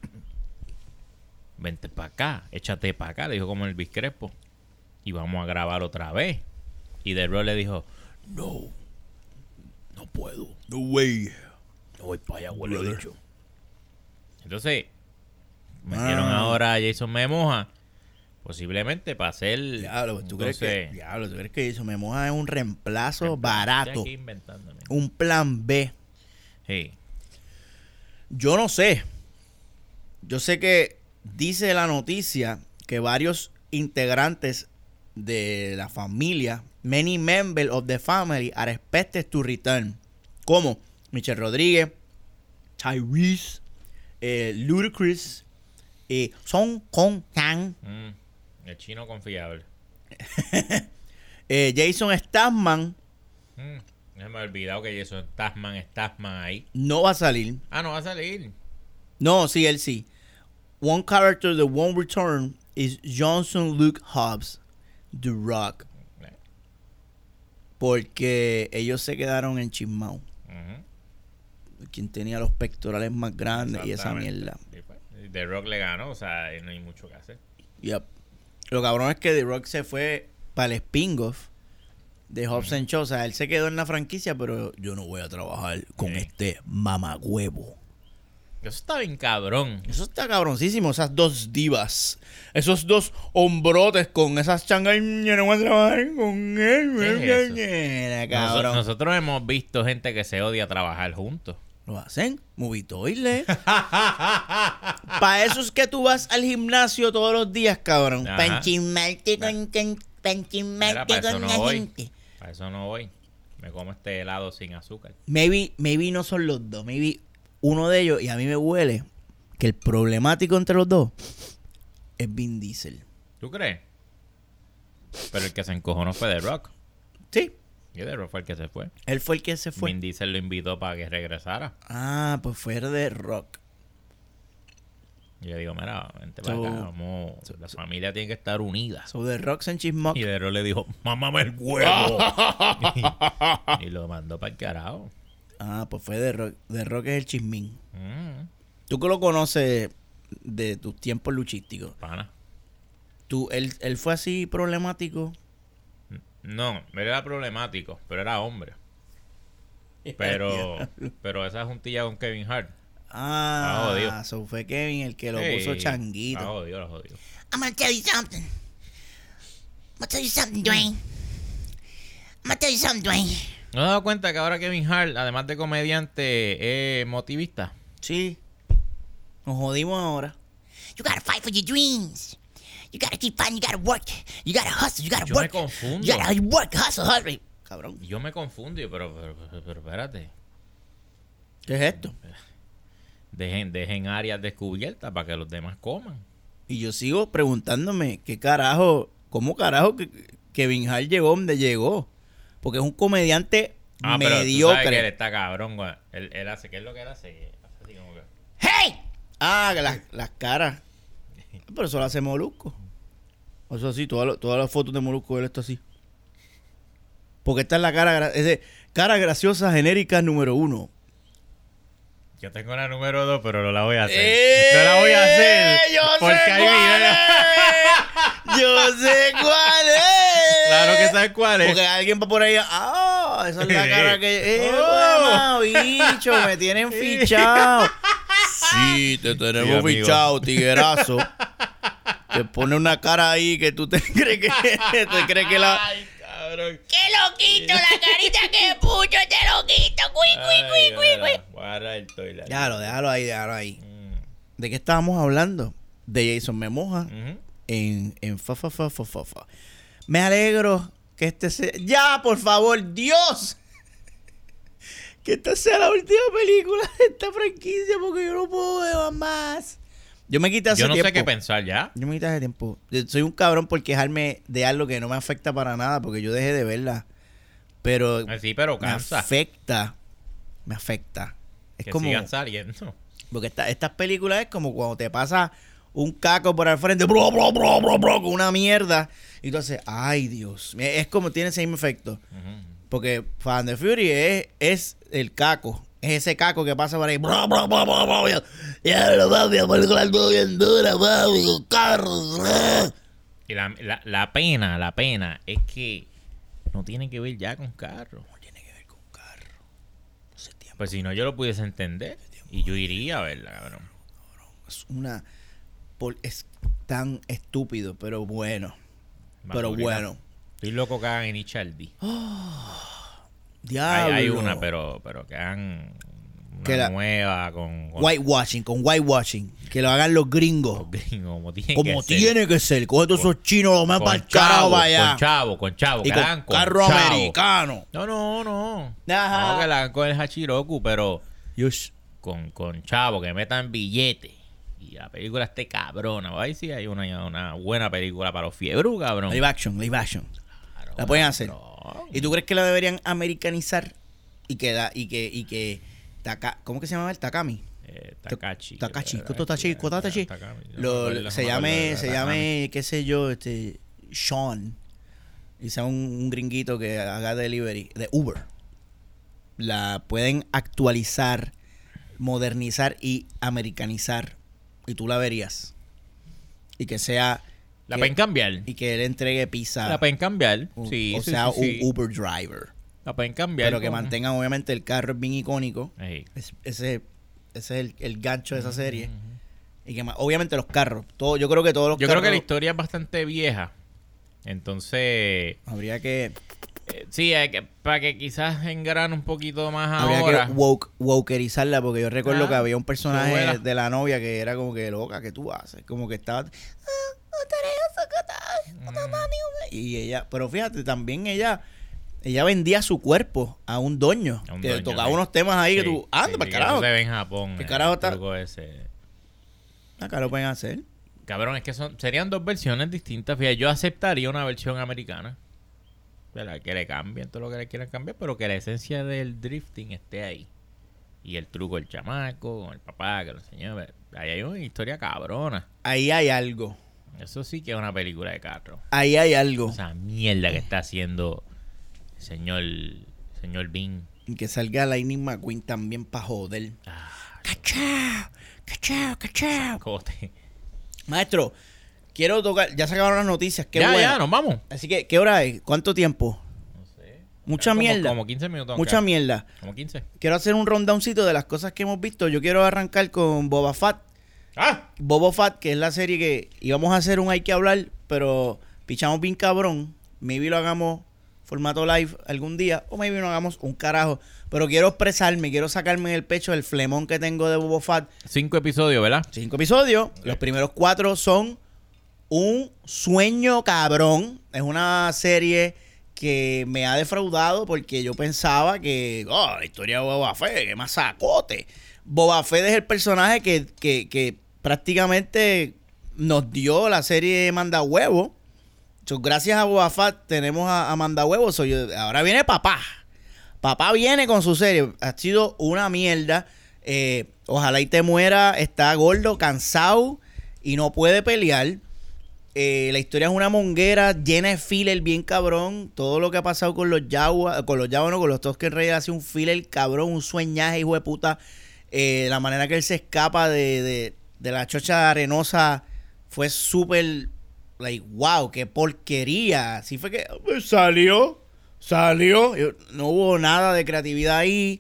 vente para acá, échate para acá, le dijo como el Biscrepo, y vamos a grabar otra vez. Y The Rock le dijo, no puedo, no way, no voy para allá, huele bicho. Entonces metieron ahora a Jason Momoa posiblemente para hacer. Diablo, ¿tú crees que Jason Momoa es un reemplazo barato? Un plan B. Sí. Yo no sé. Yo sé que dice la noticia que varios integrantes de la familia, many members of the family are expected to return. Como Michelle Rodríguez, Tyrese, Ludacris, Song Kong Kang. El chino confiable. Jason Statham Me he olvidado que Jason Statham ahí. no va a salir. Ah, no va a salir. No, sí, él sí. One character that won't return is Johnson Luke Hobbs, The Rock. Porque ellos se quedaron en Chismao. Quien tenía los pectorales más grandes y esa mierda. The Rock le ganó, o sea, no hay mucho que hacer. Yep. Lo cabrón es que The Rock se fue para el spin-off de Hobbs and Shaw. O sea, él se quedó en la franquicia, pero yo no voy a trabajar con este mamagüevo. Eso está bien cabrón. Eso está cabroncísimo, esas dos divas. Esos dos hombrotes con esas changas. Yo no voy a trabajar con él. ¿Qué es Cabrón. Nosotros hemos visto gente que se odia trabajar juntos. Lo hacen, movitoile. Para eso es que tú vas al gimnasio todos los días, cabrón. Ajá. Para enchismarte con Mira, para eso no la voy. gente. Para eso no voy. Me como este helado sin azúcar. Maybe no son los dos. Maybe uno de ellos, y a mí me huele que el problemático entre los dos es Vin Diesel. ¿Tú crees? Pero el que se encojonó fue The Rock. Sí. Y The Rock fue el que se fue. Él fue el que se fue. Vin Diesel lo invitó para que regresara. Ah, pues fue de Rock. Y yo digo, mira, vente para acá. Vamos. La familia tiene que estar unida. So The Rock and Chismock. Y The Rock le dijo, mámame el huevo. y lo mandó para el carajo. Ah, pues fue de Rock. The Rock es el chismín. Mm, Tú que lo conoces de tus tiempos luchísticos. pana. Él fue así problemático. No, él era problemático, pero era hombre. Pero esa juntilla con Kevin Hart. Ah, jodido. eso fue Kevin el que lo puso changuito. La jodió. I'm gonna tell you something. Dwayne. ¿No has dado cuenta que ahora Kevin Hart, además de comediante, es motivista? Sí. Nos jodimos ahora. You gotta fight for your dreams. You gotta keep fighting. You gotta work. You gotta hustle. You gotta Yo me work. confundo. You gotta work, hustle. Cabrón. Yo me confundo, pero espérate. ¿Qué es esto? Dejen áreas descubiertas para que los demás coman. Y yo sigo preguntándome cómo carajo que Kevin Hart llegó donde llegó. Porque es un comediante Pero tú sabes que él mediocre. está cabrón, güey. Él hace, ¿qué es lo que él hace? Hace así como que... Hey! Ah, que las caras. Pero eso lo hace Molusco. Eso sí, todas las fotos de Molusco él está así. Porque esta es la cara graciosa genérica número 1. Yo tengo la número 2, pero no la voy a hacer. No la voy a hacer. Porque hay videos. Yo sé cuál es. Claro que sabes cuál es. Porque alguien va por ahí. Ah, esa es la cara que. Oh. Bicho, me tienen fichado. Sí, te tenemos Sí, amigo. fichado, tiguerazo. Te pone una cara ahí que tú te crees que la. Ay, cabrón. ¡Qué loquito! La carita que pucho este loquito. Cui. Voy a agarrar el toilet. Déjalo ahí. Mm. ¿De qué estábamos hablando? De Jason Memoja Ujú. en fa. Me alegro que este sea... ¡Ya, por favor, Dios! Que esta sea la última película de esta franquicia porque yo no puedo ver más. Yo me quité hace Yo no tiempo. sé qué pensar ya. Yo me quité hace tiempo. Yo soy un cabrón por quejarme de algo que no me afecta para nada porque yo dejé de verla. Pero Sí, pero me cansa. afecta. Es Que como... sigan saliendo. Porque estas películas es como cuando te pasa un caco por al frente, bro, con una mierda. Y tú haces, ay Dios. Es como tiene ese mismo efecto. Ujú. Porque Fast and the Furious es el caco. Es ese caco que pasa por ahí. Ya lo papi, la película es bien dura, papi, con carros. Y la pena es que no tiene que ver ya con carro. No tiene que ver con carro. No sé tiempo. Pues si no, yo lo pudiese entender. Y yo iría a verla, cabrón. Es es tan estúpido, pero bueno. Pero Basura. bueno. Estoy loco que hagan Inichaldi. Diablo. Hay una, pero que hagan Que una la- nueva con Whitewashing. Que lo hagan los gringos. los gringos, como tiene Como que ser. tiene que ser. Coge todos esos chinos, los más para el Con carajo chavo, para allá. con chavo. Y Que con la hagan con carro chavo. americano. No. Ajá. No, que la hagan con el Hachiroku, pero Yush. con chavo, que metan billetes. y la película esté cabrona. Ahí sí hay una buena película para los fiebru, cabrón. Live action. Claro, La pueden hacer. cabrón. ¿Y tú crees que la deberían americanizar? ¿Cómo que se llama el Takami? Takashi. Takashi. Takashi. Se llame, qué sé yo, Sean. Y sea un gringuito que haga delivery de Uber. La pueden actualizar, modernizar y americanizar. Y tú la verías. Y que sea... La pueden cambiar. Y que él entregue pizza. La pueden cambiar. O Sí, sea, sí. un Uber driver. La pueden cambiar. Pero que mantengan, obviamente, el carro es bien icónico. Ey. Ese es el gancho de esa serie. Y que obviamente los carros. Yo creo que todos los Yo carros... creo que la historia es bastante vieja. Entonces... Habría que... sí, para que quizás engrane un poquito más Habría ahora. que wokerizarla, porque yo recuerdo que había un su personaje abuela. de la novia que era como que loca, ¿qué tú haces? Como que estaba... Y ella... Pero fíjate, también ella vendía su cuerpo a un doño. A un Que doño, tocaba sí. unos temas ahí que Sí, tú... Anda, sí, para que carajo. eso se ve en Japón. ¿Qué carajo el está? truco ese. Acá lo pueden hacer. Cabrón, es que serían dos versiones distintas. Fíjate, yo aceptaría una versión americana. ¿Verdad? Que le cambien todo lo que le quieran cambiar, pero que la esencia del drifting esté ahí. Y el truco del chamaco, con el papá que lo enseñó. Ahí hay una historia cabrona. Ahí hay algo. Eso sí que es una película de carro. Ahí hay algo. Esa mierda que está haciendo el señor Bean. Y que salga Lightning McQueen también para joder. ¡Cachao! Cote. Maestro, quiero tocar... Ya se acabaron las noticias. Qué Ya, bueno. ya, nos vamos. Así que, ¿qué hora es? ¿Cuánto tiempo? No sé. Mucha Como- mierda. Como 15 minutos. Mucha aunque- mierda. Como 15. Quiero hacer un rundowncito de las cosas que hemos visto. Yo quiero arrancar con Boba Fett. ¡Ah! Boba Fett, que es la serie que íbamos a hacer un Hay que hablar, pero pichamos bien cabrón. Maybe lo hagamos formato live algún día, o maybe no hagamos un carajo. Pero quiero expresarme, quiero sacarme en el pecho el flemón que tengo de Boba Fett. 5 episodios, ¿verdad? 5 episodios. Los primeros 4 son un sueño cabrón. Es una serie que me ha defraudado porque yo pensaba que la historia de Boba Fett, que más sacote. Boba Fett es el personaje que prácticamente nos dio la serie Manda Huevo. So, gracias a Boba Fett tenemos a Manda Huevo. Ahora viene papá. Papá viene con su serie. Ha sido una mierda. Ojalá y te muera. Está gordo, cansado y no puede pelear. La historia es una monguera llena de filler bien cabrón. Todo lo que ha pasado con los Jaguars, con los Tusken Raiders, ha sido un filler cabrón, un sueñaje, hijo de puta. La manera que él se escapa de la chocha arenosa fue súper, like, wow, qué porquería. Así fue que salió. No hubo nada de creatividad ahí.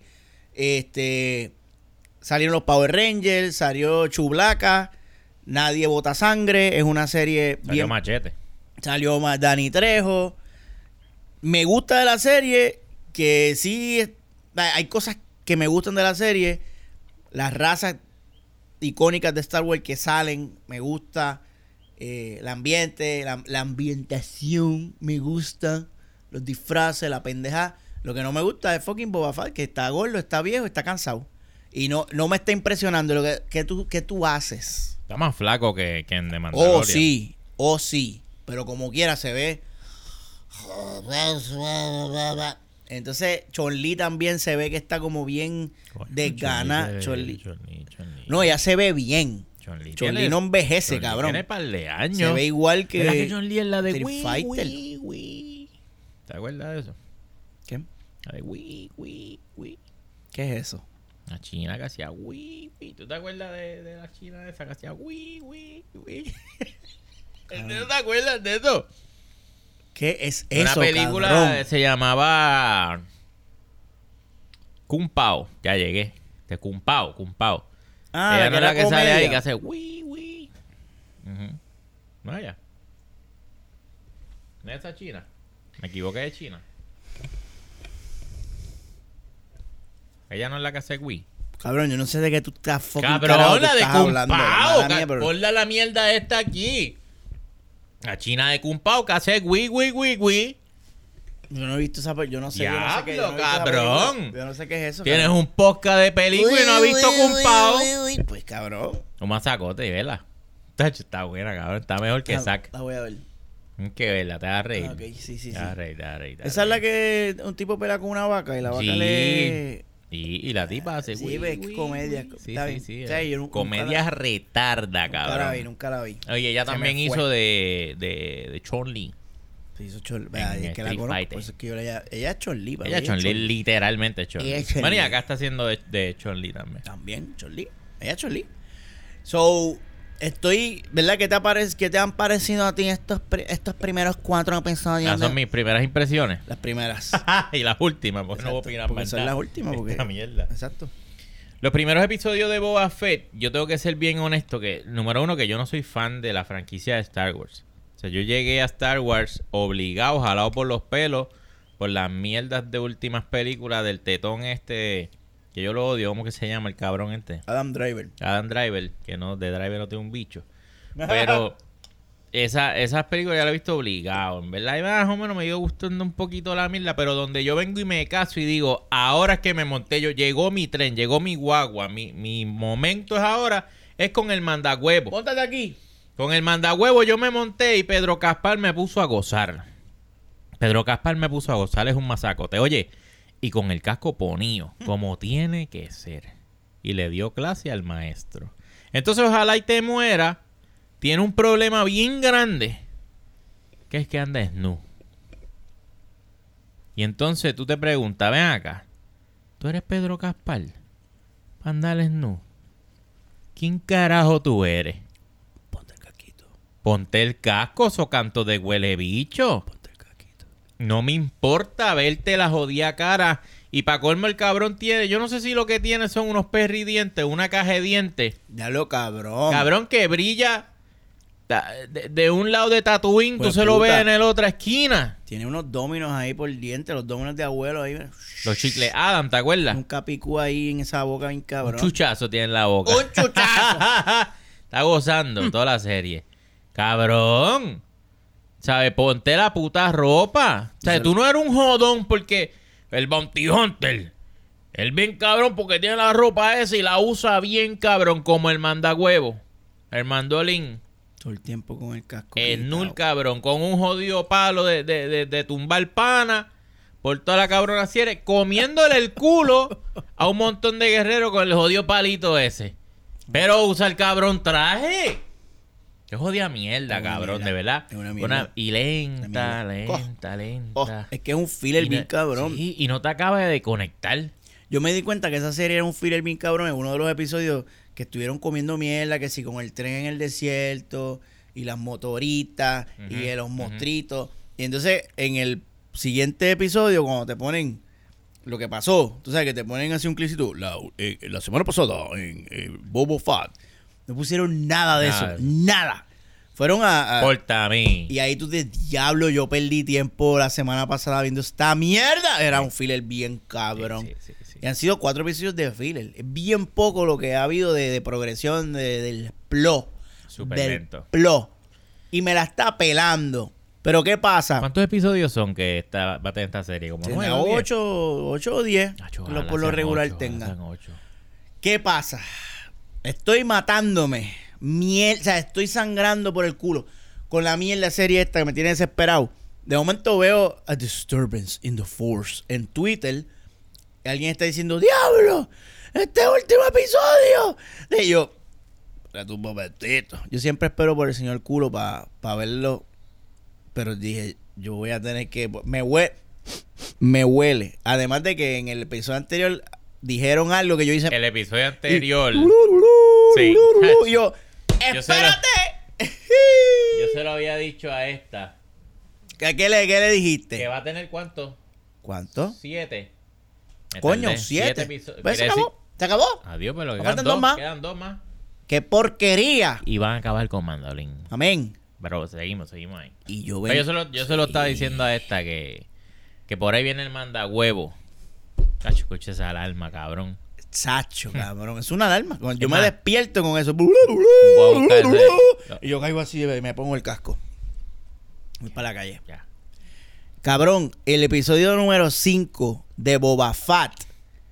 Salieron los Power Rangers, salió Chewbacca. Nadie bota sangre. Es una serie Salió bien... Machete. Salió más Dani Trejo. Me gusta de la serie que sí... Hay cosas que me gustan de la serie. Las razas icónicas de Star Wars que salen, me gusta. El ambiente, la ambientación, me gusta. Los disfraces, la pendeja. Lo que no me gusta es fucking Boba Fett, que está gordo, está viejo, está cansado. Y no me está impresionando lo que tú haces. Está más flaco que en The Mandalorian. Oh, sí. Pero como quiera se ve. Entonces, Chun-Li también se ve que está como bien desgana. Chun-Li. No, ella se ve bien. Chun-Li Chun-Li no envejece, cabrón. Tiene par de años. Se ve igual que... ¿Verdad que Chun-Li es la de Street Wii, Fighter? Wii? ¿Te acuerdas de eso? ¿Qué? La de Wii. ¿Qué es eso? La china que hacía Wii. ¿Tú te acuerdas de la china esa que hacía Wii? ¿No te acuerdas de eso? ¿Qué es eso, Una película cabrón? se llamaba Kung Pao. Ya llegué. De Kung Pao. Ah, Ella no es la que sale comedia. ahí que hace Wii. No, ella. ¿No es esa china? Me equivoqué de China. Ella no es la que hace Wii. Cabrón, yo no sé de qué tú estás fucking Cabrón, carajo la tú de estás Kung hablando. Pao. Mala mía, pero- Ponla la mierda esta aquí. La china de Kung Pao que hace Wii. Yo no he visto esa yo no sé. Diablo, yo no he visto esa cabrón. película. Yo no sé qué es eso. Tienes cabrón. un podcast de película y no has visto Kung Pao. Pues cabrón. Un masacote, vela. Tacho, está buena, cabrón. Está mejor que Zack. La voy a ver. Que verla, te vas a reír. Ok, sí. Te vas a reír, te vas a reír. Esa es la que un tipo pelea con una vaca y la vaca Sí. le... Y la tipa hace... Sí, ves, comedia. Sí, Está sí, bien. sí. O sea, yo Comedia retarda, cabrón. Nunca la vi. Oye, ella Se también me fue. hizo de Chun-Li. Se hizo Chun-Li. En Es que la Street conozco. Fighter. Por eso es que yo ella es Chun-Li. para Ella mí Chun-Li, literalmente Chun-Li. Ella es Chun-Li. Bueno, y acá está haciendo de Chun-Li también. También, Chun-Li. Ella es Chun-Li. So, ¿verdad? ¿Qué te han parecido a ti estos primeros 4 episodios? Esas son mis primeras impresiones. Las primeras. Y las últimas, porque no voy a opinar Porque más son nada. las últimas. Porque... Esta mierda. Exacto. Los primeros episodios de Boba Fett, yo tengo que ser bien honesto que, número uno, que yo no soy fan de la franquicia de Star Wars. O sea, yo llegué a Star Wars obligado, jalado por los pelos, por las mierdas de últimas películas del tetón este, que yo lo odio, ¿cómo que se llama el cabrón este? Adam Driver. Adam Driver, que no, de Driver no tiene un bicho. Pero esas películas ya las he visto obligado, en verdad. Y más o menos me ha ido gustando un poquito la mierda, pero donde yo vengo y me caso y digo, ahora es que me monté yo, llegó mi tren, llegó mi guagua, mi momento es ahora, es con el mandagüevo. Póntate aquí. Con el mandagüevo yo me monté y Pedro Caspar me puso a gozar. Pedro Caspar me puso a gozar, es un masacote. Oye, y con el casco ponío, como tiene que ser. Y le dio clase al maestro. Entonces, ojalá y te muera. Tiene un problema bien grande. Que es que anda desnudo. Y entonces tú te preguntas, ven acá. ¿Tú eres Pedro Caspar? Para andar desnudo. ¿Quién carajo tú eres? Ponte el casquito. Ponte el casco, socanto de huele bicho. Ponte el casquito. No me importa verte la jodida cara. Y para colmo el cabrón tiene... Yo no sé si lo que tiene son unos perridientes, una caja de dientes. Ya lo cabrón. Cabrón que brilla de un lado de Tatooine, Pues tú se lo puta. ves en la otra esquina. Tiene unos dominos ahí por dientes, los dominos de abuelo ahí. Mira. Los chicles Adam, ¿te acuerdas? Un capicú ahí en esa boca bien Un cabrón. chuchazo tiene en la boca. Un chuchazo. Está gozando toda la serie. Cabrón. ¿Sabes? Ponte la puta ropa. O sea, tú no eres un jodón porque el Bounty Hunter, él bien cabrón porque tiene la ropa esa y la usa bien cabrón como el mandagüevo. El mandolín. Todo el tiempo con el casco. El quitado. null cabrón. Con un jodido palo de tumbar pana. Por toda la cabrona serie. Comiéndole el culo a un montón de guerreros con el jodido palito ese. Pero usa el cabrón traje. Qué jodida mierda, Es una cabrón, mierda. de verdad. Es una mierda. Y lenta, Una mierda. lenta. Oh, es que es un filler Y bien no- cabrón. Sí, y no te acaba de conectar. Yo me di cuenta que esa serie era un filler bien cabrón en uno de los episodios que estuvieron comiendo mierda, que si con el tren en el desierto y las motoritas y los monstruitos. Y entonces en el siguiente episodio, cuando te ponen lo que pasó, tú sabes que te ponen así un clipcito, la semana pasada en Boba Fett, no pusieron nada de Nada. eso, nada. Fueron a Corta a mí. y ahí tú de diablo, yo perdí tiempo la semana pasada viendo esta mierda. Era un filler bien cabrón. Sí. Y han sido 4 episodios de filler. Es bien poco lo que ha habido de progresión del plot. Súper Del lento. plot. Y me la está pelando. Pero ¿qué pasa? ¿Cuántos episodios son que va a tener esta serie? Como Tiene 9 o 10. 8 o 10. Acho, por ojalá lo sean regular 8, tenga. sean 8. ¿Qué pasa? Estoy matándome. O sea, estoy sangrando por el culo con la mierda serie esta que me tiene desesperado. De momento veo a disturbance in the force en Twitter. Y alguien está diciendo, ¡diablo! ¡Este último episodio! Y yo, espérate un momentito. Yo siempre espero por el señor culo para verlo. Pero dije, yo voy a tener que... Me huele. Además de que en el episodio anterior dijeron algo que yo hice... El episodio anterior. Sí. Sí. Y yo, Yo se lo- ¡espérate! Yo se lo había dicho a esta. ¿Qué le dijiste? Que va a tener ¿cuánto? ¿Cuánto? 7. Coño, 7. episodios. ¿Ves? ¿Se acabó? ¿Se acabó? Adiós, pero Me quedan faltan dos dos más. Quedan 2 más. ¡Qué porquería! Y van a acabar con Mandolín. Amén. Pero seguimos ahí. Y yo Pero ven... yo se lo estaba diciendo a esta que por ahí viene el mandagüevo. Cacho, escucha esa alarma, cabrón. Sacho, cabrón. Es una alarma. Yo me más, despierto con eso. Voy a buscar ese- Y yo caigo así y me pongo el casco. Voy para la calle. Ya. Cabrón, el episodio número 5 de Boba Fett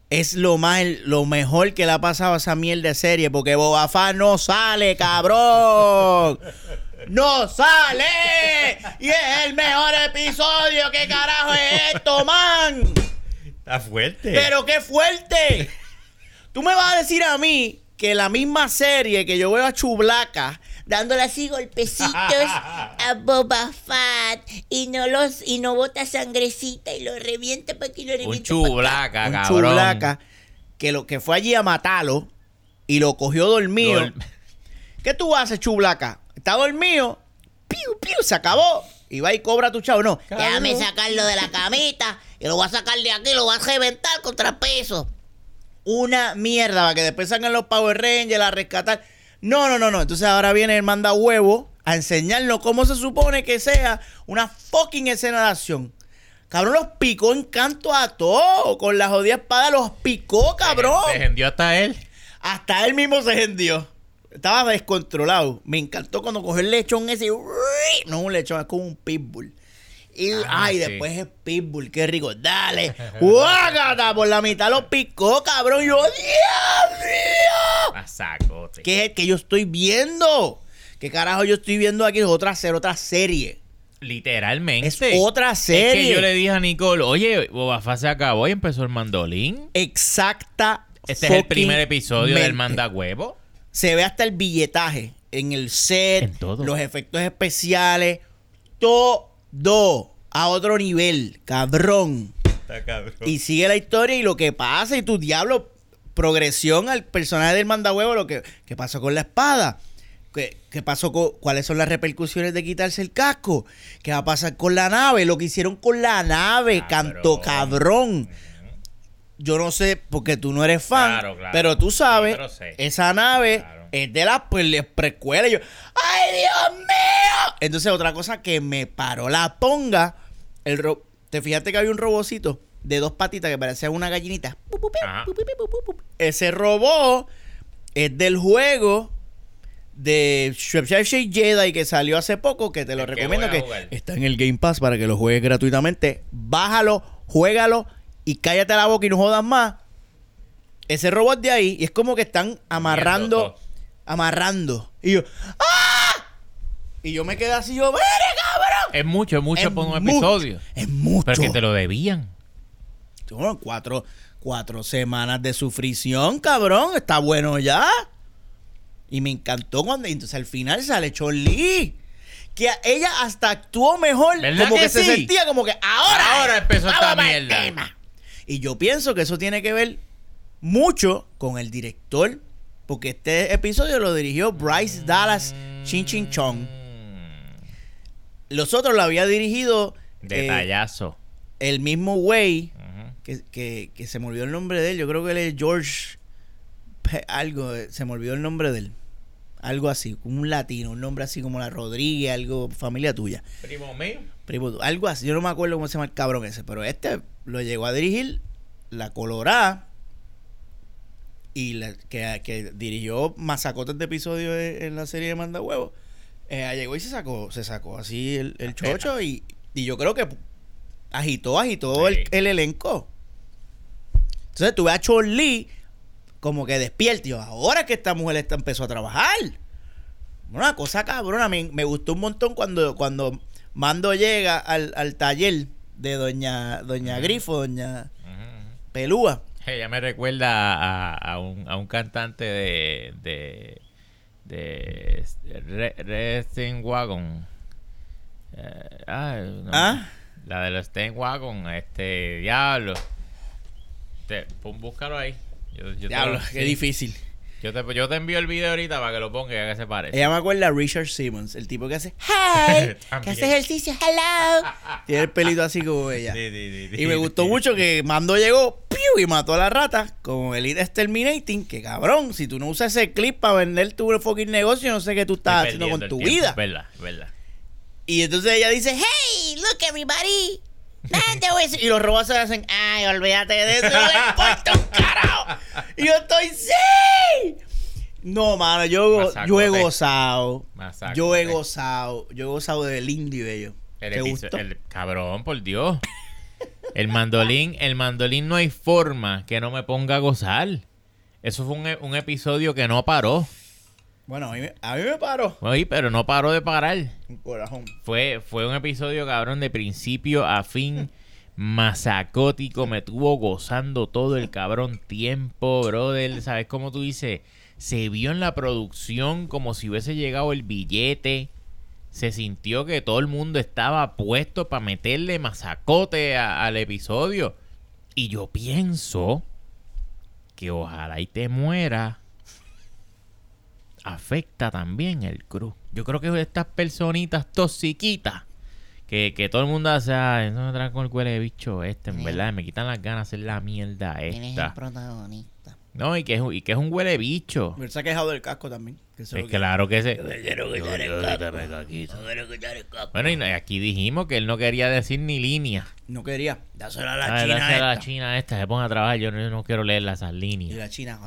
es lo mejor que le ha pasado a esa mierda de serie, porque Boba Fett no sale, cabrón. ¡No sale! Y es el mejor episodio. ¿Qué carajo es esto, man? Está fuerte. ¡Pero qué fuerte! Tú me vas a decir a mí que la misma serie que yo veo a Chewbacca dándole así golpecitos a Boba Fett y no bota sangrecita y lo revienta para que lo reviente. Un Chewbacca, un cabrón. Chewbacca que lo que fue allí a matarlo y lo cogió dormido. ¿Qué tú haces, Chewbacca? Está dormido, piu, piu, se acabó. Y va y cobra tu chavo. No, déjame sacarlo de la camita y lo voy a sacar de aquí, lo voy a reventar contra peso. Una mierda para que después salgan los Power Rangers a rescatar. No. Entonces ahora viene el manda huevo a enseñarnos cómo se supone que sea una fucking escena de acción. Cabrón, los picó en canto a todo. Con la jodida espada los picó, cabrón. Se hendió hasta él. Hasta él mismo se hendió. Estaba descontrolado. Me encantó cuando cogió el lechón ese. No un lechón, es como un pitbull. Y sí. después es pitbull. Qué rico. Dale. ¡Guágata! Por la mitad lo picó, cabrón. Yo, ¡Dios mío! Masacote. ¿Qué es el que yo estoy viendo? ¿Qué carajo yo estoy viendo aquí? Es otra serie. Literalmente. Es otra serie. Es que yo le dije a Nicole, oye, Boba Fett se acabó y empezó el mandolín. Exacta. Este es el primer episodio del mandahuevo. Se ve hasta el billetaje en el set, En todo. los efectos especiales, todo a otro nivel, cabrón. Está cabrón. Y sigue la historia y lo que pasa y tu diablo, progresión al personaje del mandahuevo, ¿qué pasó con la espada? ¿Qué pasó cuáles son las repercusiones de quitarse el casco? ¿Qué va a pasar con la nave? Lo que hicieron con la nave, canto cabrón. Yo no sé, porque tú no eres fan, Claro. pero tú sabes, Sí, pero sé. esa nave es de las precuelas. Y yo, ¡ay, Dios mío! Entonces, otra cosa que me paró la ponga, ¿te fijaste que había un robocito de 2 patitas que parecía una gallinita? Ajá. Ese robot es del juego de Jedi que salió hace poco, que te lo El que recomiendo, voy a que jugar. está en el Game Pass para que lo juegues gratuitamente. Bájalo, juégalo y cállate la boca y no jodas más. Ese robot de ahí, y es como que están amarrando. Y yo, ¡ah! Y yo me quedé así, yo, ¡mire, cabrón! Es mucho Es por un mucho, episodio. Es mucho. Pero que te lo debían. Bueno, 4 semanas de sufrición, cabrón. Está bueno ya. Y me encantó cuando... Entonces al final sale Chun-Li. Que ella hasta actuó mejor. ¿Verdad Como que se sí? sentía como que ahora empezó esta vamos para el mierda. tema. Y yo pienso que eso tiene que ver mucho con el director. Porque este episodio lo dirigió Bryce Dallas Chong. Los otros lo había dirigido... Detallazo. el mismo güey... Ujú. Que se me olvidó el nombre de él. Yo creo que él es George algo, se me olvidó el nombre de él. Algo así, un latino, un nombre así como la Rodríguez, algo, familia tuya. Primo mío. Algo así, yo no me acuerdo cómo se llama el cabrón ese, pero este lo llegó a dirigir La Colorada y que dirigió masacotes de episodios en la serie de Manda Huevos. Llegó y se sacó así el chocho y yo creo que agitó Sí. el elenco. Entonces tú ves a Chun-Li como que despierta. Y yo, ahora que esta mujer empezó a trabajar. Una cosa cabrona. Me gustó un montón cuando Mando llega al taller de Doña Grifo, Doña Pelúa. Ella me recuerda a un cantante de Steam Wagon. No. ¿Ah? La de los Steam Wagon, diablo. Búscalo ahí. Diablo, qué difícil. Yo te envío el video ahorita para que lo ponga y haga que se parece. Ella me acuerda a Richard Simmons, el tipo que hace ¡Hey! Que También. hace ejercicio, ¡hello! Tiene el pelito así como ella. Sí. Y me gustó mucho que Mando llegó ¡piu! Y mató a la rata como Elite Exterminating. Que cabrón, si tú no usas ese clip para vender tu fucking negocio, no sé qué tú estás haciendo con tu vida. Verdad. Y entonces ella dice, hey, look everybody. Y los robots se hacen, ay, olvídate de eso, no le importa un carajo. Y yo estoy, sí. No, mano, yo he gozado. Masacote. Yo he gozado de lindo y bello. ¿Te gustó? El cabrón, por Dios. El mandolín no hay forma que no me ponga a gozar. Eso fue un episodio que no paró. Bueno, a mí me paró. Oye, pero no paró de parar. Un corazón. Fue un episodio, cabrón, de principio a fin. Masacótico. Me tuvo gozando todo el cabrón tiempo, brother. ¿Sabes cómo tú dices? Se vio en la producción como si hubiese llegado el billete. Se sintió que todo el mundo estaba puesto para meterle masacote al episodio. Y yo pienso que ojalá y te muera afecta también el crew. Yo creo que estas personitas toxiquitas que todo el mundo hace, eso me trae con el huele de bicho en verdad, me quitan las ganas de hacer la mierda ¿Quién es el esta. protagonista? No, y que es un huele bicho. Pero se ha quejado del casco también. Claro que se... Quiero quitar el casco. Bueno, y aquí dijimos que él no quería decir ni línea. No quería. Dáselo a la Dásela china a la esta. china esta, se ponga a trabajar. Yo no quiero leer esas Y líneas. la china,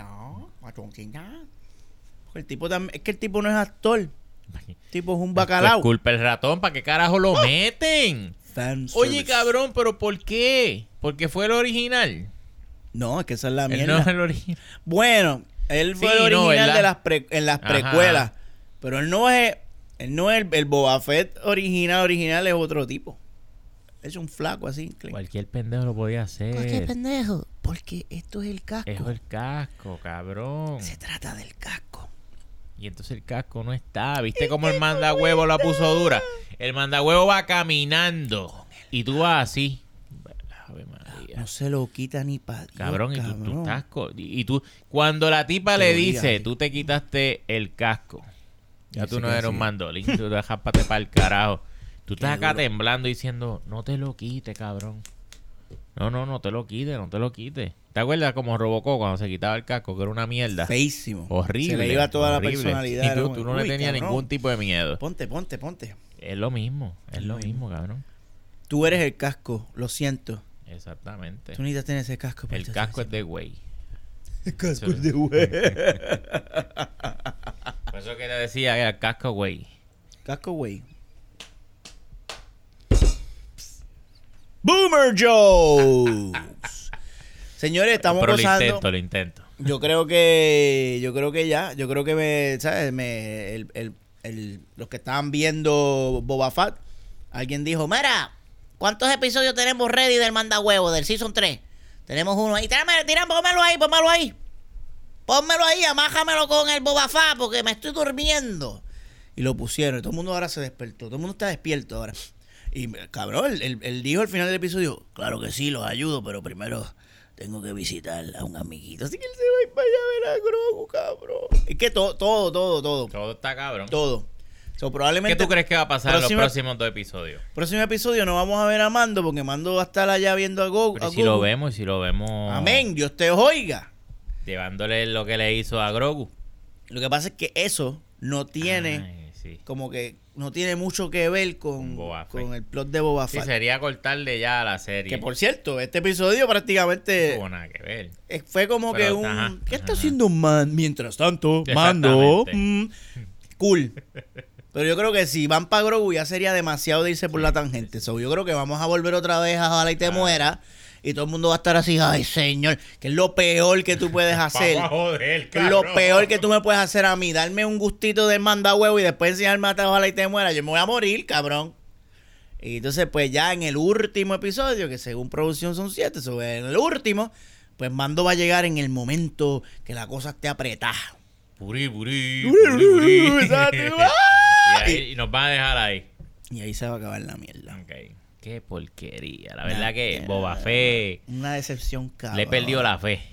porque el tipo también, es que el tipo no es actor. El tipo es un Esto bacalao. es culpa el ratón, ¿para qué carajo lo meten? Fan Oye, service. cabrón, ¿pero por qué? ¿Porque fue el original? No, es que esa es la Él mierda. no es el original. Bueno, él fue Sí, el no, original ¿verdad? en las Ajá. precuelas. Pero él no es el Boba Fett original es otro tipo. Es un flaco así. Cualquier pendejo lo podía hacer. ¿Por qué pendejo? Porque esto es el casco. Es el casco, cabrón. Se trata del casco. Y entonces el casco no está. ¿Viste cómo el mandahuevo la puso dura? El mandahuevo va caminando. Y tú vas así. Ave María. No se lo quita ni para Dios, Cabrón, y tú cabrón. estás... Y tú... Cuando la tipa le Teoría, dice, sí. tú te quitaste el casco. Ya Yo tú sé no que eres un sí. mandolín. Tú te dejas para el carajo. Tú estás acá duro. temblando diciendo, no te lo quites, cabrón. No te lo quites, no te lo quites. ¿Te acuerdas como Robocop cuando se quitaba el casco? Que era una mierda. Feísimo. Horrible. Se le iba toda horrible. la personalidad. Y era tú no le uy, tenías cabrón. ningún tipo de miedo. Ponte. Es lo mismo, cabrón. Tú eres el casco, lo siento. Exactamente. Tú necesitas tener ese casco. El casco es de güey. El casco es de güey. Por eso que le decía que era el casco güey. Casco güey. Boomer Jokes. Señores, estamos Pero gozando. lo intento. Yo creo que ¿sabes? Los que estaban viendo Boba Fett, alguien dijo, Mira, ¿cuántos episodios tenemos ready del mandahuevo del Season 3? Tenemos uno ahí. Pónmelo ahí. Pónmelo ahí, amájamelo con el Boba Fett porque me estoy durmiendo. y lo pusieron. Y todo el mundo ahora se despertó. Todo el mundo está despierto ahora. Y cabrón, él dijo al final del episodio, claro que sí, los ayudo, pero primero tengo que visitar a un amiguito. Así que él se va a ir para allá a ver a Grogu, cabrón. Es que todo. Todo está cabrón. Todo. So, probablemente ¿Qué tú crees que va a pasar en los próxima- próximos 2 episodios? próximo episodio no vamos a ver a Mando porque Mando va a estar allá viendo a Goku. Pero si lo vemos, Amén, Dios te oiga. llevándole lo que le hizo a Grogu. Lo que pasa es que eso no tiene, Ay, sí. como que no tiene mucho que ver con Boba Fett. el plot de Boba Sí, Fett. sería cortarle ya a la serie. Que por cierto, este episodio prácticamente No tuvo nada que ver. fue como Pero, que un... ajá, ¿Qué está ajá. haciendo Man? Mientras tanto, Mando. Exactamente. Cool. Pero yo creo que si van para Grogu ya sería demasiado de irse por la tangente. So, yo creo que vamos a volver otra vez a Ojalá y te muera. Y todo el mundo va a estar así, ay señor, que es lo peor que tú puedes hacer. Vamos a joder, Que es lo cabrón. peor que tú me puedes hacer a mí. Darme un gustito de manda huevo y después enseñarme a Ojalá y te muera. Yo me voy a morir, cabrón. Y entonces, pues ya en el último episodio, que según producción son 7, en el último, pues Mando va a llegar en el momento que la cosa esté apretada. Purí. Exacto. Y nos van a dejar ahí. Y ahí se va a acabar la mierda. Ok. Qué porquería. La verdad que Boba Fett Una decepción, cabrón. le perdió la fe.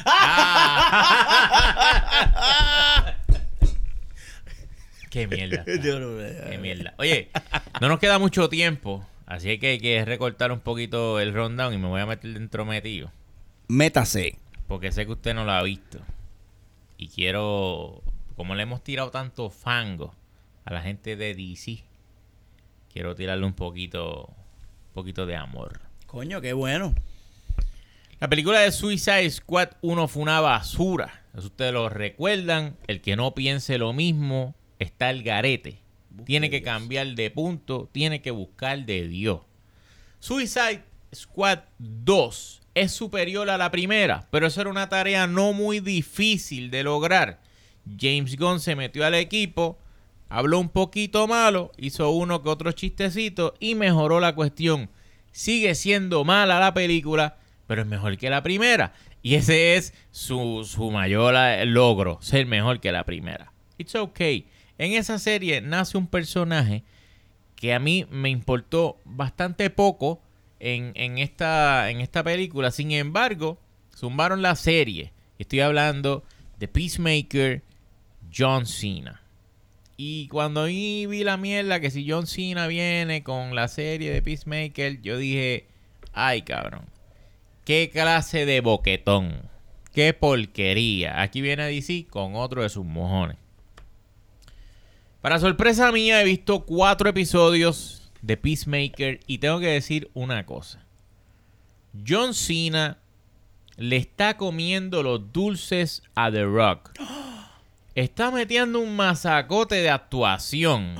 Qué mierda. Qué mierda. Oye, no nos queda mucho tiempo. Así que hay que recortar un poquito el rundown y me voy a meter dentro metido. Métase. Porque sé que usted no lo ha visto. Y quiero, como le hemos tirado tanto fango a la gente de DC, quiero tirarle un poquito de amor. Coño, qué bueno. La película de Suicide Squad 1 fue una basura. Eso ustedes lo recuerdan. El que no piense lo mismo está el garete. Tiene que cambiar de punto. Tiene que buscar de Dios. Suicide Squad 2 es superior a la primera, pero eso era una tarea no muy difícil de lograr. James Gunn se metió al equipo, habló un poquito malo, hizo uno que otro chistecito y mejoró la cuestión. Sigue siendo mala la película, pero es mejor que la primera. Y ese es su mayor logro, ser mejor que la primera. It's okay. En esa serie nace un personaje que a mí me importó bastante poco en esta película. Sin embargo, zumbaron la serie. Estoy hablando de Peacemaker, John Cena. Y cuando vi la mierda que si John Cena viene con la serie de Peacemaker, yo dije, ay cabrón, qué clase de boquetón, qué porquería. Aquí viene DC con otro de sus mojones. Para sorpresa mía, he visto 4 episodios de Peacemaker y tengo que decir una cosa. John Cena le está comiendo los dulces a The Rock. Está metiendo un masacote de actuación.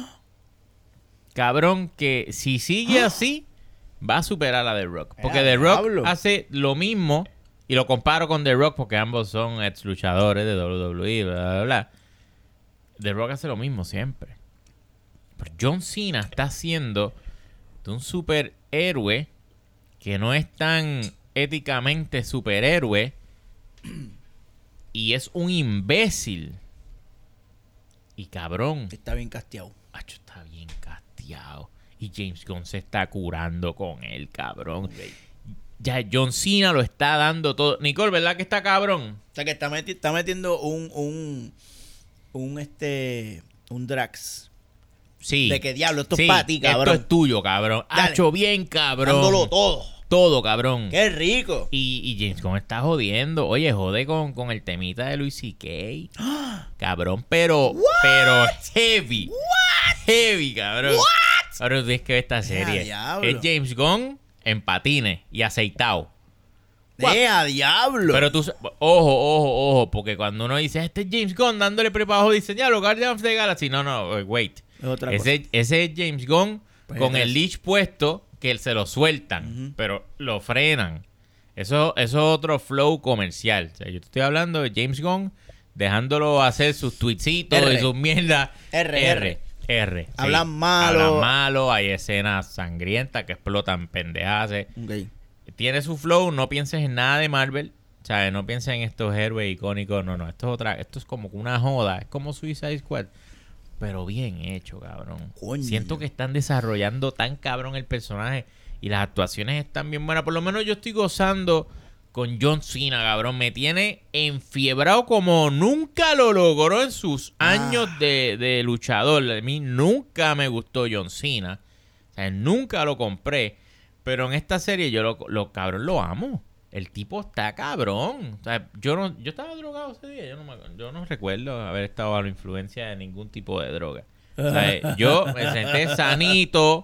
Cabrón, que si sigue así, va a superar a The Rock. Porque The Rock hace lo mismo, y lo comparo con The Rock porque ambos son ex luchadores de WWE, bla, bla, bla. The Rock hace lo mismo siempre. Pero John Cena está haciendo de un superhéroe que no es tan éticamente superhéroe y es un imbécil. Y cabrón. Está bien casteado. Acho, está bien casteado. Y James Gunn se está curando con él, cabrón. Okay. Ya John Cena lo está dando todo. Nicole, ¿verdad que está cabrón? O sea que está metiendo un Drax. Sí. De que diablo, esto es para ti, cabrón. Esto es tuyo, cabrón. Hacho bien, cabrón. Dándolo todo. Todo, cabrón. Qué rico. Y James Gunn está jodiendo. Oye, jode con el temita de Louis C.K. Cabrón, pero heavy. What? Heavy, cabrón. What? Ahora tienes que ver esta serie. Es James Gunn en patines y aceitado. ¡A diablo! Pero tú, ojo, porque cuando uno dice, este es James Gunn dándole prepago, dice, ya, los Guardians of the Galaxy. No, wait. Ese es James Gunn pues con el leash puesto, que se lo sueltan, pero lo frenan. Eso es otro flow comercial. O sea, yo te estoy hablando de James Gunn dejándolo hacer sus tweetsitos y sus mierdas. R. Hablan malo. Hay escenas sangrientas que explotan pendejadas. Okay. Tiene su flow, no pienses en nada de Marvel. O sea, no pienses en estos héroes icónicos. No, esto es como una joda. Es como Suicide Squad. Pero bien hecho, cabrón. Coño. Siento que están desarrollando tan cabrón el personaje. Y las actuaciones están bien buenas. Por lo menos yo estoy gozando con John Cena, cabrón. Me tiene enfiebrado como nunca lo logró en sus años de luchador. A mí nunca me gustó John Cena. O sea, nunca lo compré. Pero en esta serie yo cabrón lo amo. El tipo está cabrón. O sea, yo estaba drogado ese día. Yo no recuerdo haber estado a la influencia de ningún tipo de droga. O sea, yo me senté sanito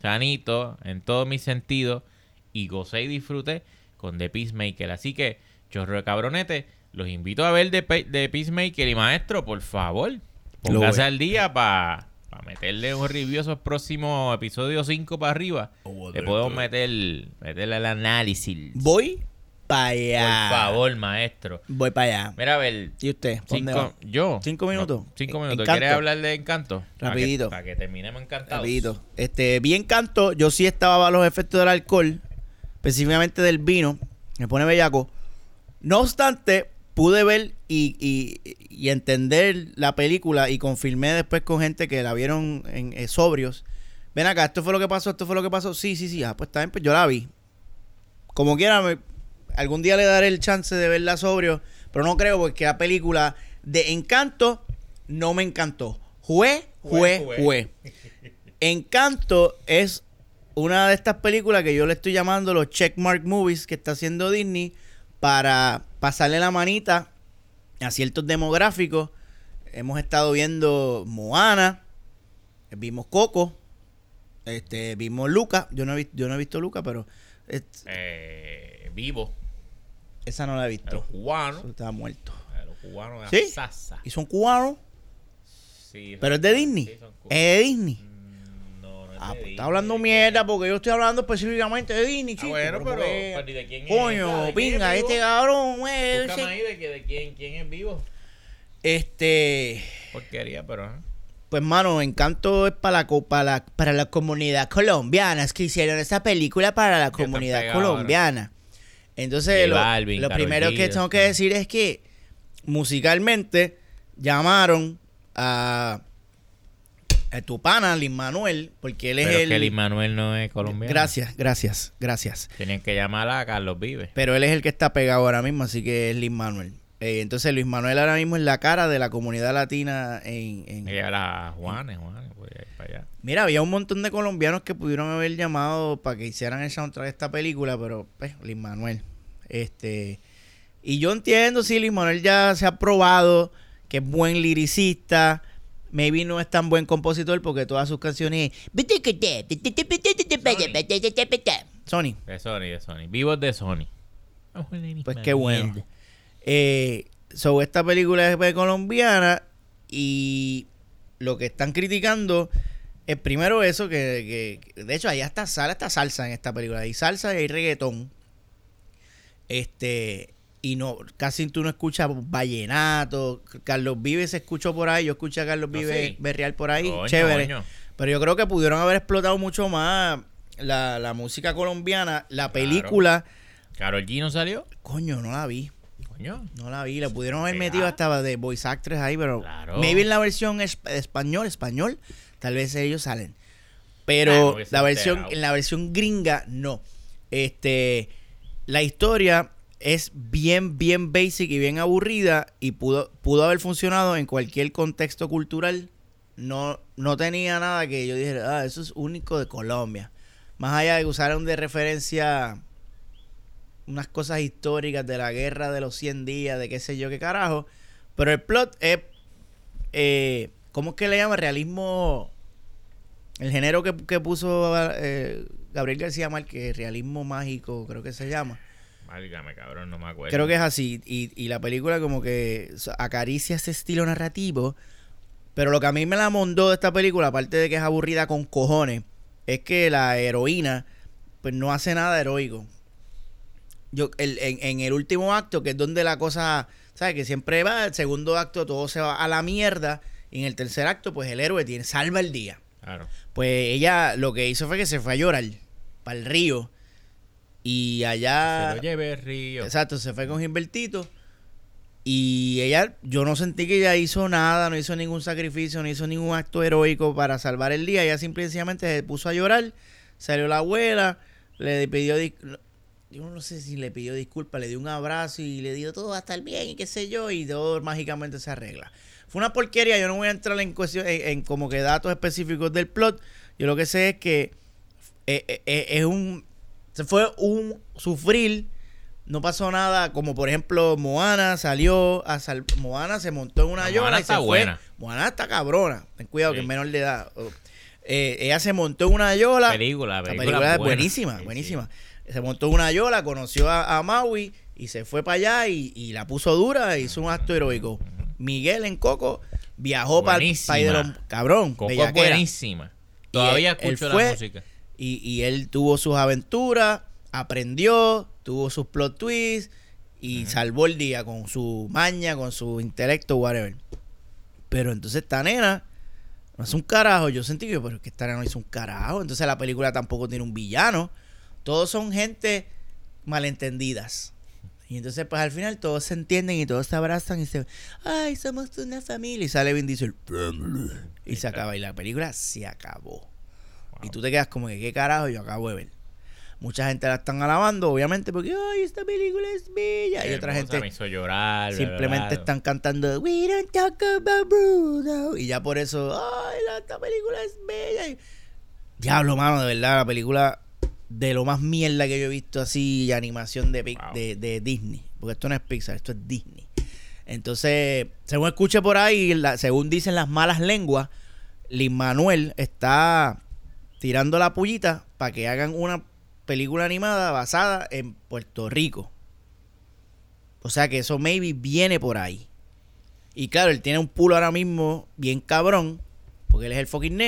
en todos mis sentidos y gocé y disfruté con The Peacemaker. Así que, chorro de cabronete, los invito a ver de Peacemaker y maestro, por favor, póngase al día para meterle un review a esos próximos episodios 5 para arriba. Le podemos meterle el análisis. Voy para allá. Por favor, maestro. Voy para allá. Mira, a ver. ¿Y usted? ¿Yo? 5 minutos. No, 5 minutos. Encanto. ¿Quieres hablar de Encanto? Rapidito. Para que terminemos encantados. Rapidito. Vi Encanto. Yo sí estaba bajo los efectos del alcohol, específicamente del vino. Me pone bellaco. No obstante, pude ver y entender la película y confirmé después con gente que la vieron en sobrios. Ven acá, esto fue lo que pasó. Sí. Pues está bien, pues yo la vi. Como quiera, algún día le daré el chance de verla sobrio, pero no creo porque la película de Encanto no me encantó. Jue. Encanto es una de estas películas que yo le estoy llamando los checkmark movies que está haciendo Disney para pasarle la manita a ciertos demográficos. Hemos estado viendo Moana, vimos Coco, vimos Luca. Yo no he visto Luca, pero Vivo. Esa no la he visto. Los cubanos. Estaba muerto. Los cubanos de Sasa. ¿Y son cubanos? Sí. ¿Pero es de Disney? Sí, son ¿Es de Disney? No es pues está hablando mierda porque yo estoy hablando específicamente de Disney, chico. Bueno, pero pues, ¿y de quién es coño, esta? ¿De quién pinga, es vivo? este cabrón, güey. Búscame ahí de quién es vivo. Porquería, pero... Pues, mano, Encanto es para la comunidad colombiana. Es que hicieron esta película para la están comunidad pegados colombiana. Entonces, J lo Balvin, Karol primero G, que tengo que sí. decir es que musicalmente llamaron a tu pana, Lin-Manuel, porque él es Pero el... que Lin-Manuel no es colombiano. Gracias. Tenían que llamar a Carlos Vives. Pero él es el que está pegado ahora mismo, así que es Lin-Manuel. Entonces, Luis Manuel ahora mismo es la cara de la comunidad latina en... Ella era Juanes, pues ahí para allá. Mira, había un montón de colombianos que pudieron haber llamado para que hicieran el soundtrack de esta película, pero pues, Luis Manuel. Y yo entiendo, sí, Luis Manuel ya se ha probado que es buen liricista. Maybe no es tan buen compositor porque todas sus canciones... Sony. De Sony. Vivos de Sony. Pues qué bueno. Sobre esta película es colombiana y lo que están criticando es primero eso, que de hecho allá sale esta salsa en esta película. Hay salsa y hay reggaetón. Y no, casi tú no escuchas vallenato. Carlos Vives se escuchó por ahí. Yo escuché a Carlos Vives sí. berrear por ahí. Coño, chévere. coño. Pero yo creo que pudieron haber explotado mucho más la música colombiana. La película, ¿Karol G no salió? coño, no la vi. Coño. No la vi, la pudieron haber ¿Será? metido hasta de voice actress ahí, pero Claro. maybe en la versión español, tal vez ellos salen. Ah, Pero no hubiese enterado. en la versión gringa, no. La historia es bien basic y bien aburrida y pudo haber funcionado en cualquier contexto cultural. No tenía nada que yo dijera, eso es único de Colombia. Más allá de que usaron de referencia unas cosas históricas de la guerra de los 100 días, de qué sé yo qué carajo. Pero el plot es, ¿cómo es que le llama? Realismo, el género que puso Gabriel García Márquez, realismo mágico, creo que se llama. Válgame, cabrón, no me acuerdo. Creo que es así. Y la película como que acaricia ese estilo narrativo. Pero lo que a mí me la mondó de esta película, aparte de que es aburrida con cojones, es que la heroína pues no hace nada heroico. En el último acto, que es donde la cosa, ¿sabes? Que siempre va, el segundo acto todo se va a la mierda. Y en el tercer acto, pues el héroe salva el día. Claro. Pues ella lo que hizo fue que se fue a llorar para el río. Y allá... Se lo lleve el río. Exacto, se fue con Gilbertito. Y ella, yo no sentí que ella hizo nada, no hizo ningún sacrificio, no hizo ningún acto heroico para salvar el día. Ella simplemente se puso a llorar, salió la abuela, le pidió... Yo no sé si le pidió disculpas, le dio un abrazo y le dijo todo va a estar bien y qué sé yo, y todo mágicamente se arregla. Fue una porquería, yo no voy a entrar en cuestión, en como que datos específicos del plot. Yo lo que sé es que se fue un sufrir, no pasó nada, como por ejemplo Moana salió Moana se montó en una yola y se buena. fue. Moana está cabrona, ten cuidado Sí. que es menor de edad. Ella se montó en una yola. La película es buena. buenísima, Sí, buenísima. Se montó en una yola, conoció a Maui y se fue para allá y la puso dura, hizo un acto heroico. Miguel en Coco viajó para el país de los... Cabrón, Coco es bellaquera. buenísima. Todavía él escucho fue, la música. Y él tuvo sus aventuras, aprendió, tuvo sus plot twists y salvó el día con su maña, con su intelecto, whatever. Pero entonces esta nena no hace un carajo. Yo sentí que, pero es que esta nena no hizo un carajo. Entonces la película tampoco tiene un villano. Todos son gente malentendidas. Y entonces pues al final todos se entienden y todos se abrazan y se... Ay, somos una familia. Y sale Vin Diesel. Y se acaba. Y la película se acabó. Wow. Y tú te quedas como que, ¿qué carajo yo acabo de ver? Mucha gente la están alabando, obviamente, porque, ay, esta película es bella. Y otra gente me hizo llorar. simplemente están cantando, We don't talk about Bruno. Y ya por eso, ay, esta película es bella. Y... Diablo, mano, de verdad, la película de lo más mierda que yo he visto así, animación de Disney. Porque esto no es Pixar, esto es Disney. Entonces, según escuché por ahí, según dicen las malas lenguas, Lin-Manuel está tirando la pullita para que hagan una película animada basada en Puerto Rico. O sea que eso maybe viene por ahí. Y claro, él tiene un pulo ahora mismo bien cabrón, porque él es el fucking nene.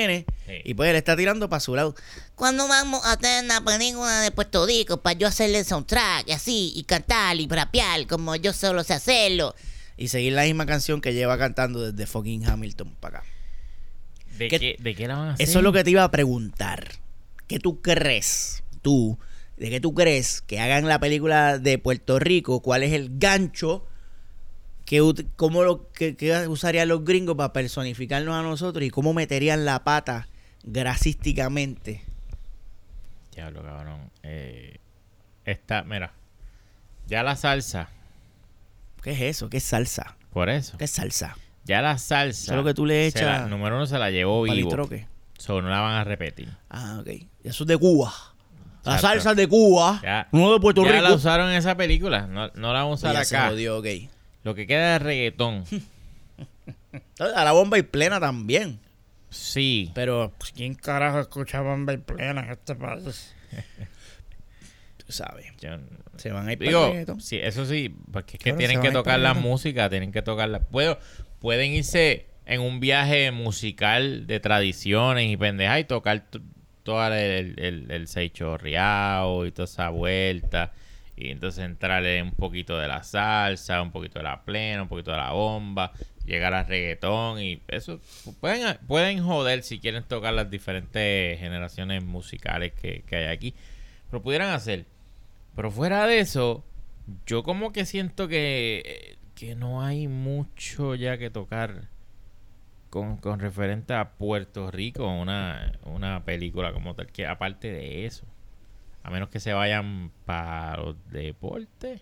Sí. Y pues él está tirando para su lado. ¿Cuándo vamos a tener una película de Puerto Rico para yo hacerle el soundtrack y así, y cantar y rapear como yo solo sé hacerlo? Y seguir la misma canción que lleva cantando desde fucking Hamilton para acá. ¿De qué la van a hacer? Eso es lo que te iba a preguntar. ¿Qué tú crees? ¿De qué tú crees que hagan la película de Puerto Rico? ¿Cuál es el gancho? ¿Qué usarían los gringos para personificarnos a nosotros? ¿Y cómo meterían la pata grasísticamente? Diablo, cabrón. Mira. Ya la salsa. ¿Qué es eso? ¿Qué es salsa? Por eso. ¿Qué es salsa? Ya la salsa. Eso es lo que tú le echas. Número uno se la llevó vivo. Palitroque. So, no la van a repetir. Ah, ok. Y eso es de Cuba. La Exacto. salsa es de Cuba. Ya, No de Puerto ya Rico. la usaron en esa película. No la van a usar Ya se acá. jodió, ok. Lo que queda es reggaetón. A la bomba y plena también. Sí. Pero, pues, ¿quién carajo escucha bomba y plena en este país? Tú sabes. Yo- Se van a ir para Digo, el reggaetón. sí, eso sí, porque es que Claro, tienen se que van a ir tocar para la reggaetón. música, tienen que tocarla. Pueden irse en un viaje musical de tradiciones y pendejas y tocar todo el seichorreado y toda esa vuelta. Y entonces entrarle un poquito de la salsa, un poquito de la plena, un poquito de la bomba, llegar al reggaetón y eso. Pueden joder si quieren tocar las diferentes generaciones musicales que hay aquí. Pero pudieran hacer. Pero fuera de eso, yo como que siento que no hay mucho ya que tocar con referente a Puerto Rico, una película como tal, que aparte de eso, a menos que se vayan para los deportes.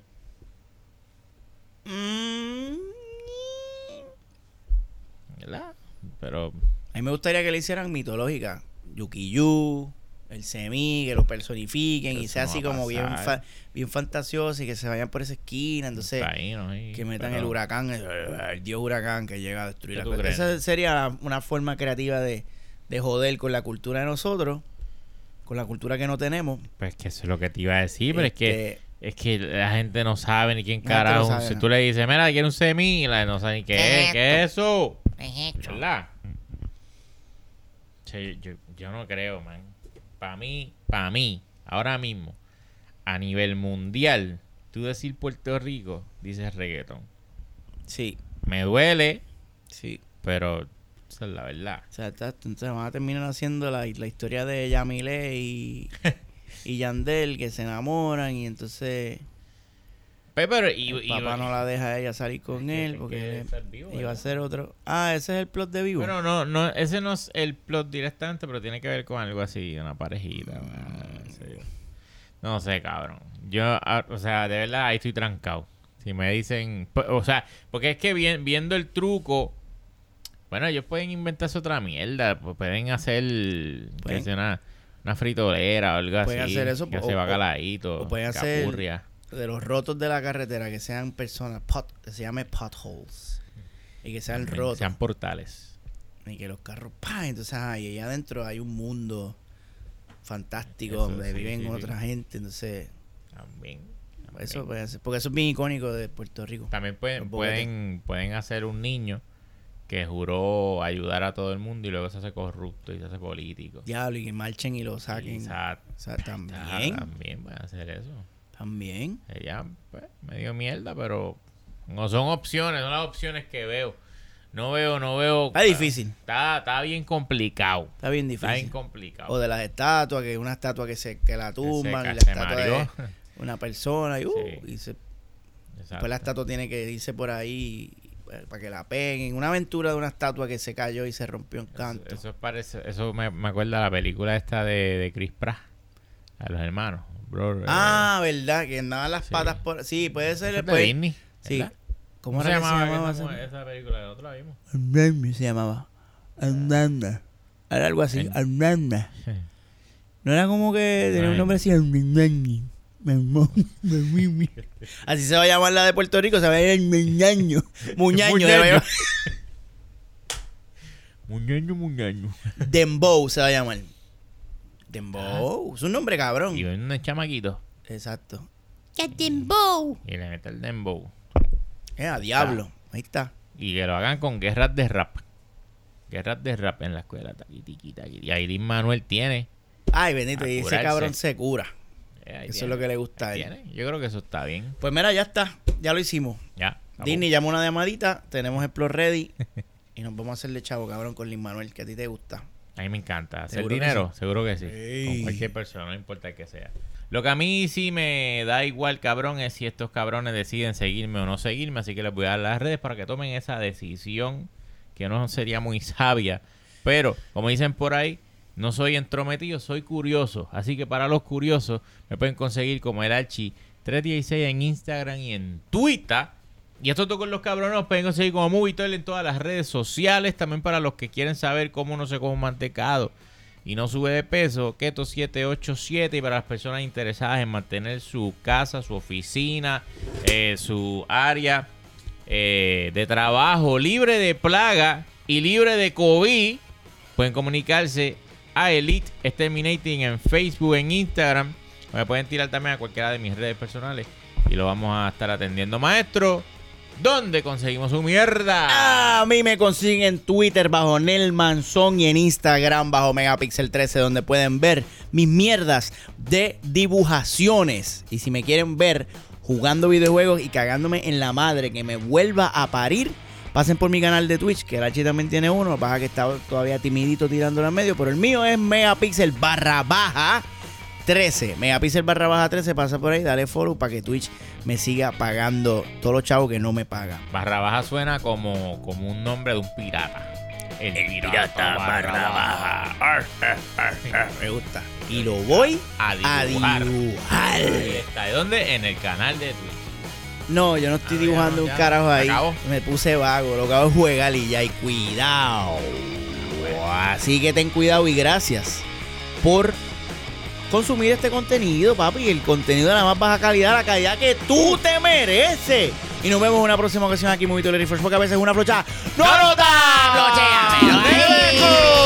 ¿Verdad? Pero A mí me gustaría que le hicieran mitológica. Yukiyu, el Semi, que lo personifiquen Pero y eso sea no así va a como pasar. bien fantasioso y que se vayan por esa esquina. Entonces, taínos ahí, que metan pero- el huracán, el dios huracán que llega a destruir ¿Qué la tú cosa. crees? Esa sería una forma creativa de joder con la cultura de nosotros, con la cultura que no tenemos. Pues que eso es lo que te iba a decir, pero Este, es que la gente no sabe ni quién La gente no carajo. sabe, Si ¿no? tú le dices, mira, quiero un semi, y la no sabe ni qué es eso. Es hecho. ¿Verdad? Che, yo no creo, man. Para mí, ahora mismo, a nivel mundial, tú decir Puerto Rico, dices reggaetón. sí, Me duele, sí. pero esa es la verdad. O sea, entonces van a terminar haciendo la historia de Yamile y Yandel, que se enamoran y entonces Pero, el papá no la deja a ella salir con él tienen porque que él ser vivo, iba a ¿verdad? ser otro. Ah, ese es el plot de Vivo. Bueno, no, ese no es el plot directamente, pero tiene que ver con algo así, una parejita. En serio. No sé, cabrón. Yo, o sea, de verdad, ahí estoy trancado. Si me dicen, o sea, porque es que viendo el truco, bueno, ellos pueden inventarse otra mierda, pues pueden hacer Pueden. qué sé, una fritolera o algo Pueden así, hacer eso, que o- se va o- caladito, o pueden hacer capurria. de los rotos de la carretera, que sean personas, que se llame potholes. Y que sean rotos. Sean portales. Y que los carros, ¡pah! Entonces, y allá adentro hay un mundo fantástico Eso, donde sí, viven sí, otra gente. Entonces, También. eso puede hacer. Porque eso es bien icónico de Puerto Rico. También Los boquetes. pueden hacer un niño que juró ayudar a todo el mundo y luego se hace corrupto y se hace político. Diablo, y que marchen y lo saquen. Exacto. O sea, también. También pueden hacer eso. También. Ella, pues, me dio mierda, pero no son opciones, son las opciones que veo. No veo. Está difícil. Está bien complicado. Está bien Está bien difícil. complicado. O de las estatuas, que una estatua que la tumban, y la se estatua mareó. de una persona, y, Sí. después Exacto. la estatua tiene que irse por ahí para que la peguen. Una aventura de una estatua que se cayó y se rompió en canto. Eso me acuerda a la película esta de Chris Pratt, a los hermanos. Bro, ¿Verdad? Que andaban las sí. patas por... Sí, puede ser esa es de después. Disney, Sí. ¿verdad? ¿Cómo era que se llamaba? esa película? Nosotros la vimos. Andanda se llamaba. Andanda. Era algo así. Andanda. No era como que tenía un nombre así. Así se va a llamar la de Puerto Rico. Se va a llamar Muñaño. Muñaño. se va a llamar. Muñaño. Dembow se va a llamar. Dembow. Es un nombre cabrón. Y un chamaquito. Exacto. ¡Qué dembow! Y le mete el dembow. A diablo. Ahí está. Y que lo hagan con guerras de rap. Guerras de rap en la escuela. Taqui, tiqui, taqui. Y ahí Lin Manuel tiene. Ay, bendito, A y ese curarse. cabrón se cura. Ahí Eso tiene, es lo que le gusta a ahí él. tiene. Yo creo que eso está bien. Pues mira, ya está. Ya lo hicimos. Ya. Disney, llama una llamadita. Tenemos el plot ready. Y nos vamos a hacerle chavo, cabrón, con Lin Manuel, que a ti te gusta. A mí me encanta. Hacer ¿Seguro que dinero, seguro que sí. Ey. Con cualquier persona, no importa el que sea. Lo que a mí sí me da igual, cabrón, es si estos cabrones deciden seguirme o no seguirme. Así que les voy a dar las redes para que tomen esa decisión, que no sería muy sabia. Pero, como dicen por ahí, no soy entrometido, soy curioso. Así que para los curiosos, me pueden conseguir como el Archi 316 en Instagram y en Twitter. Y estos dos con los cabrones nos pueden conseguir como Movitoil en todas las redes sociales. También para los que quieren saber cómo uno se come un mantecado y no sube de peso, Keto 787. Y para las personas interesadas en mantener su casa, su oficina, su área de trabajo libre de plaga y libre de COVID, pueden comunicarse a Elite Exterminating en Facebook, en Instagram. Me pueden tirar también a cualquiera de mis redes personales y lo vamos a estar atendiendo. Maestro, ¿dónde conseguimos su mierda? A mí me consiguen en Twitter bajo Nel Manzón y en Instagram bajo Megapixel 13, donde pueden ver mis mierdas de dibujaciones. Y si me quieren ver jugando videojuegos y cagándome en la madre que me vuelva a parir, pasen por mi canal de Twitch, que el Archie también tiene uno. Lo que pasa es que está todavía timidito tirándolo en medio, pero el mío es Megapixel /13. Megapixel /13, pasa por ahí, dale follow para que Twitch me siga pagando todos los chavos que no me pagan. Barra baja suena como un nombre de un pirata. El pirata barra baja. Me gusta. Y lo voy A a dibujar. dibujar. Ahí está. ¿De dónde? En el canal de Twitch. No, yo no estoy dibujando un ya. carajo ahí. Acabó. Me puse vago. Lo que hago es jugar y ya. Y cuidado. Así que ten cuidado y gracias por consumir este contenido, papi. El contenido de la más baja calidad, la calidad que tú te mereces. Y nos vemos en una próxima ocasión aquí en Movitoil Refresh, porque a veces una flocha no nota. Flochéamelo ahí. ¡Dejo!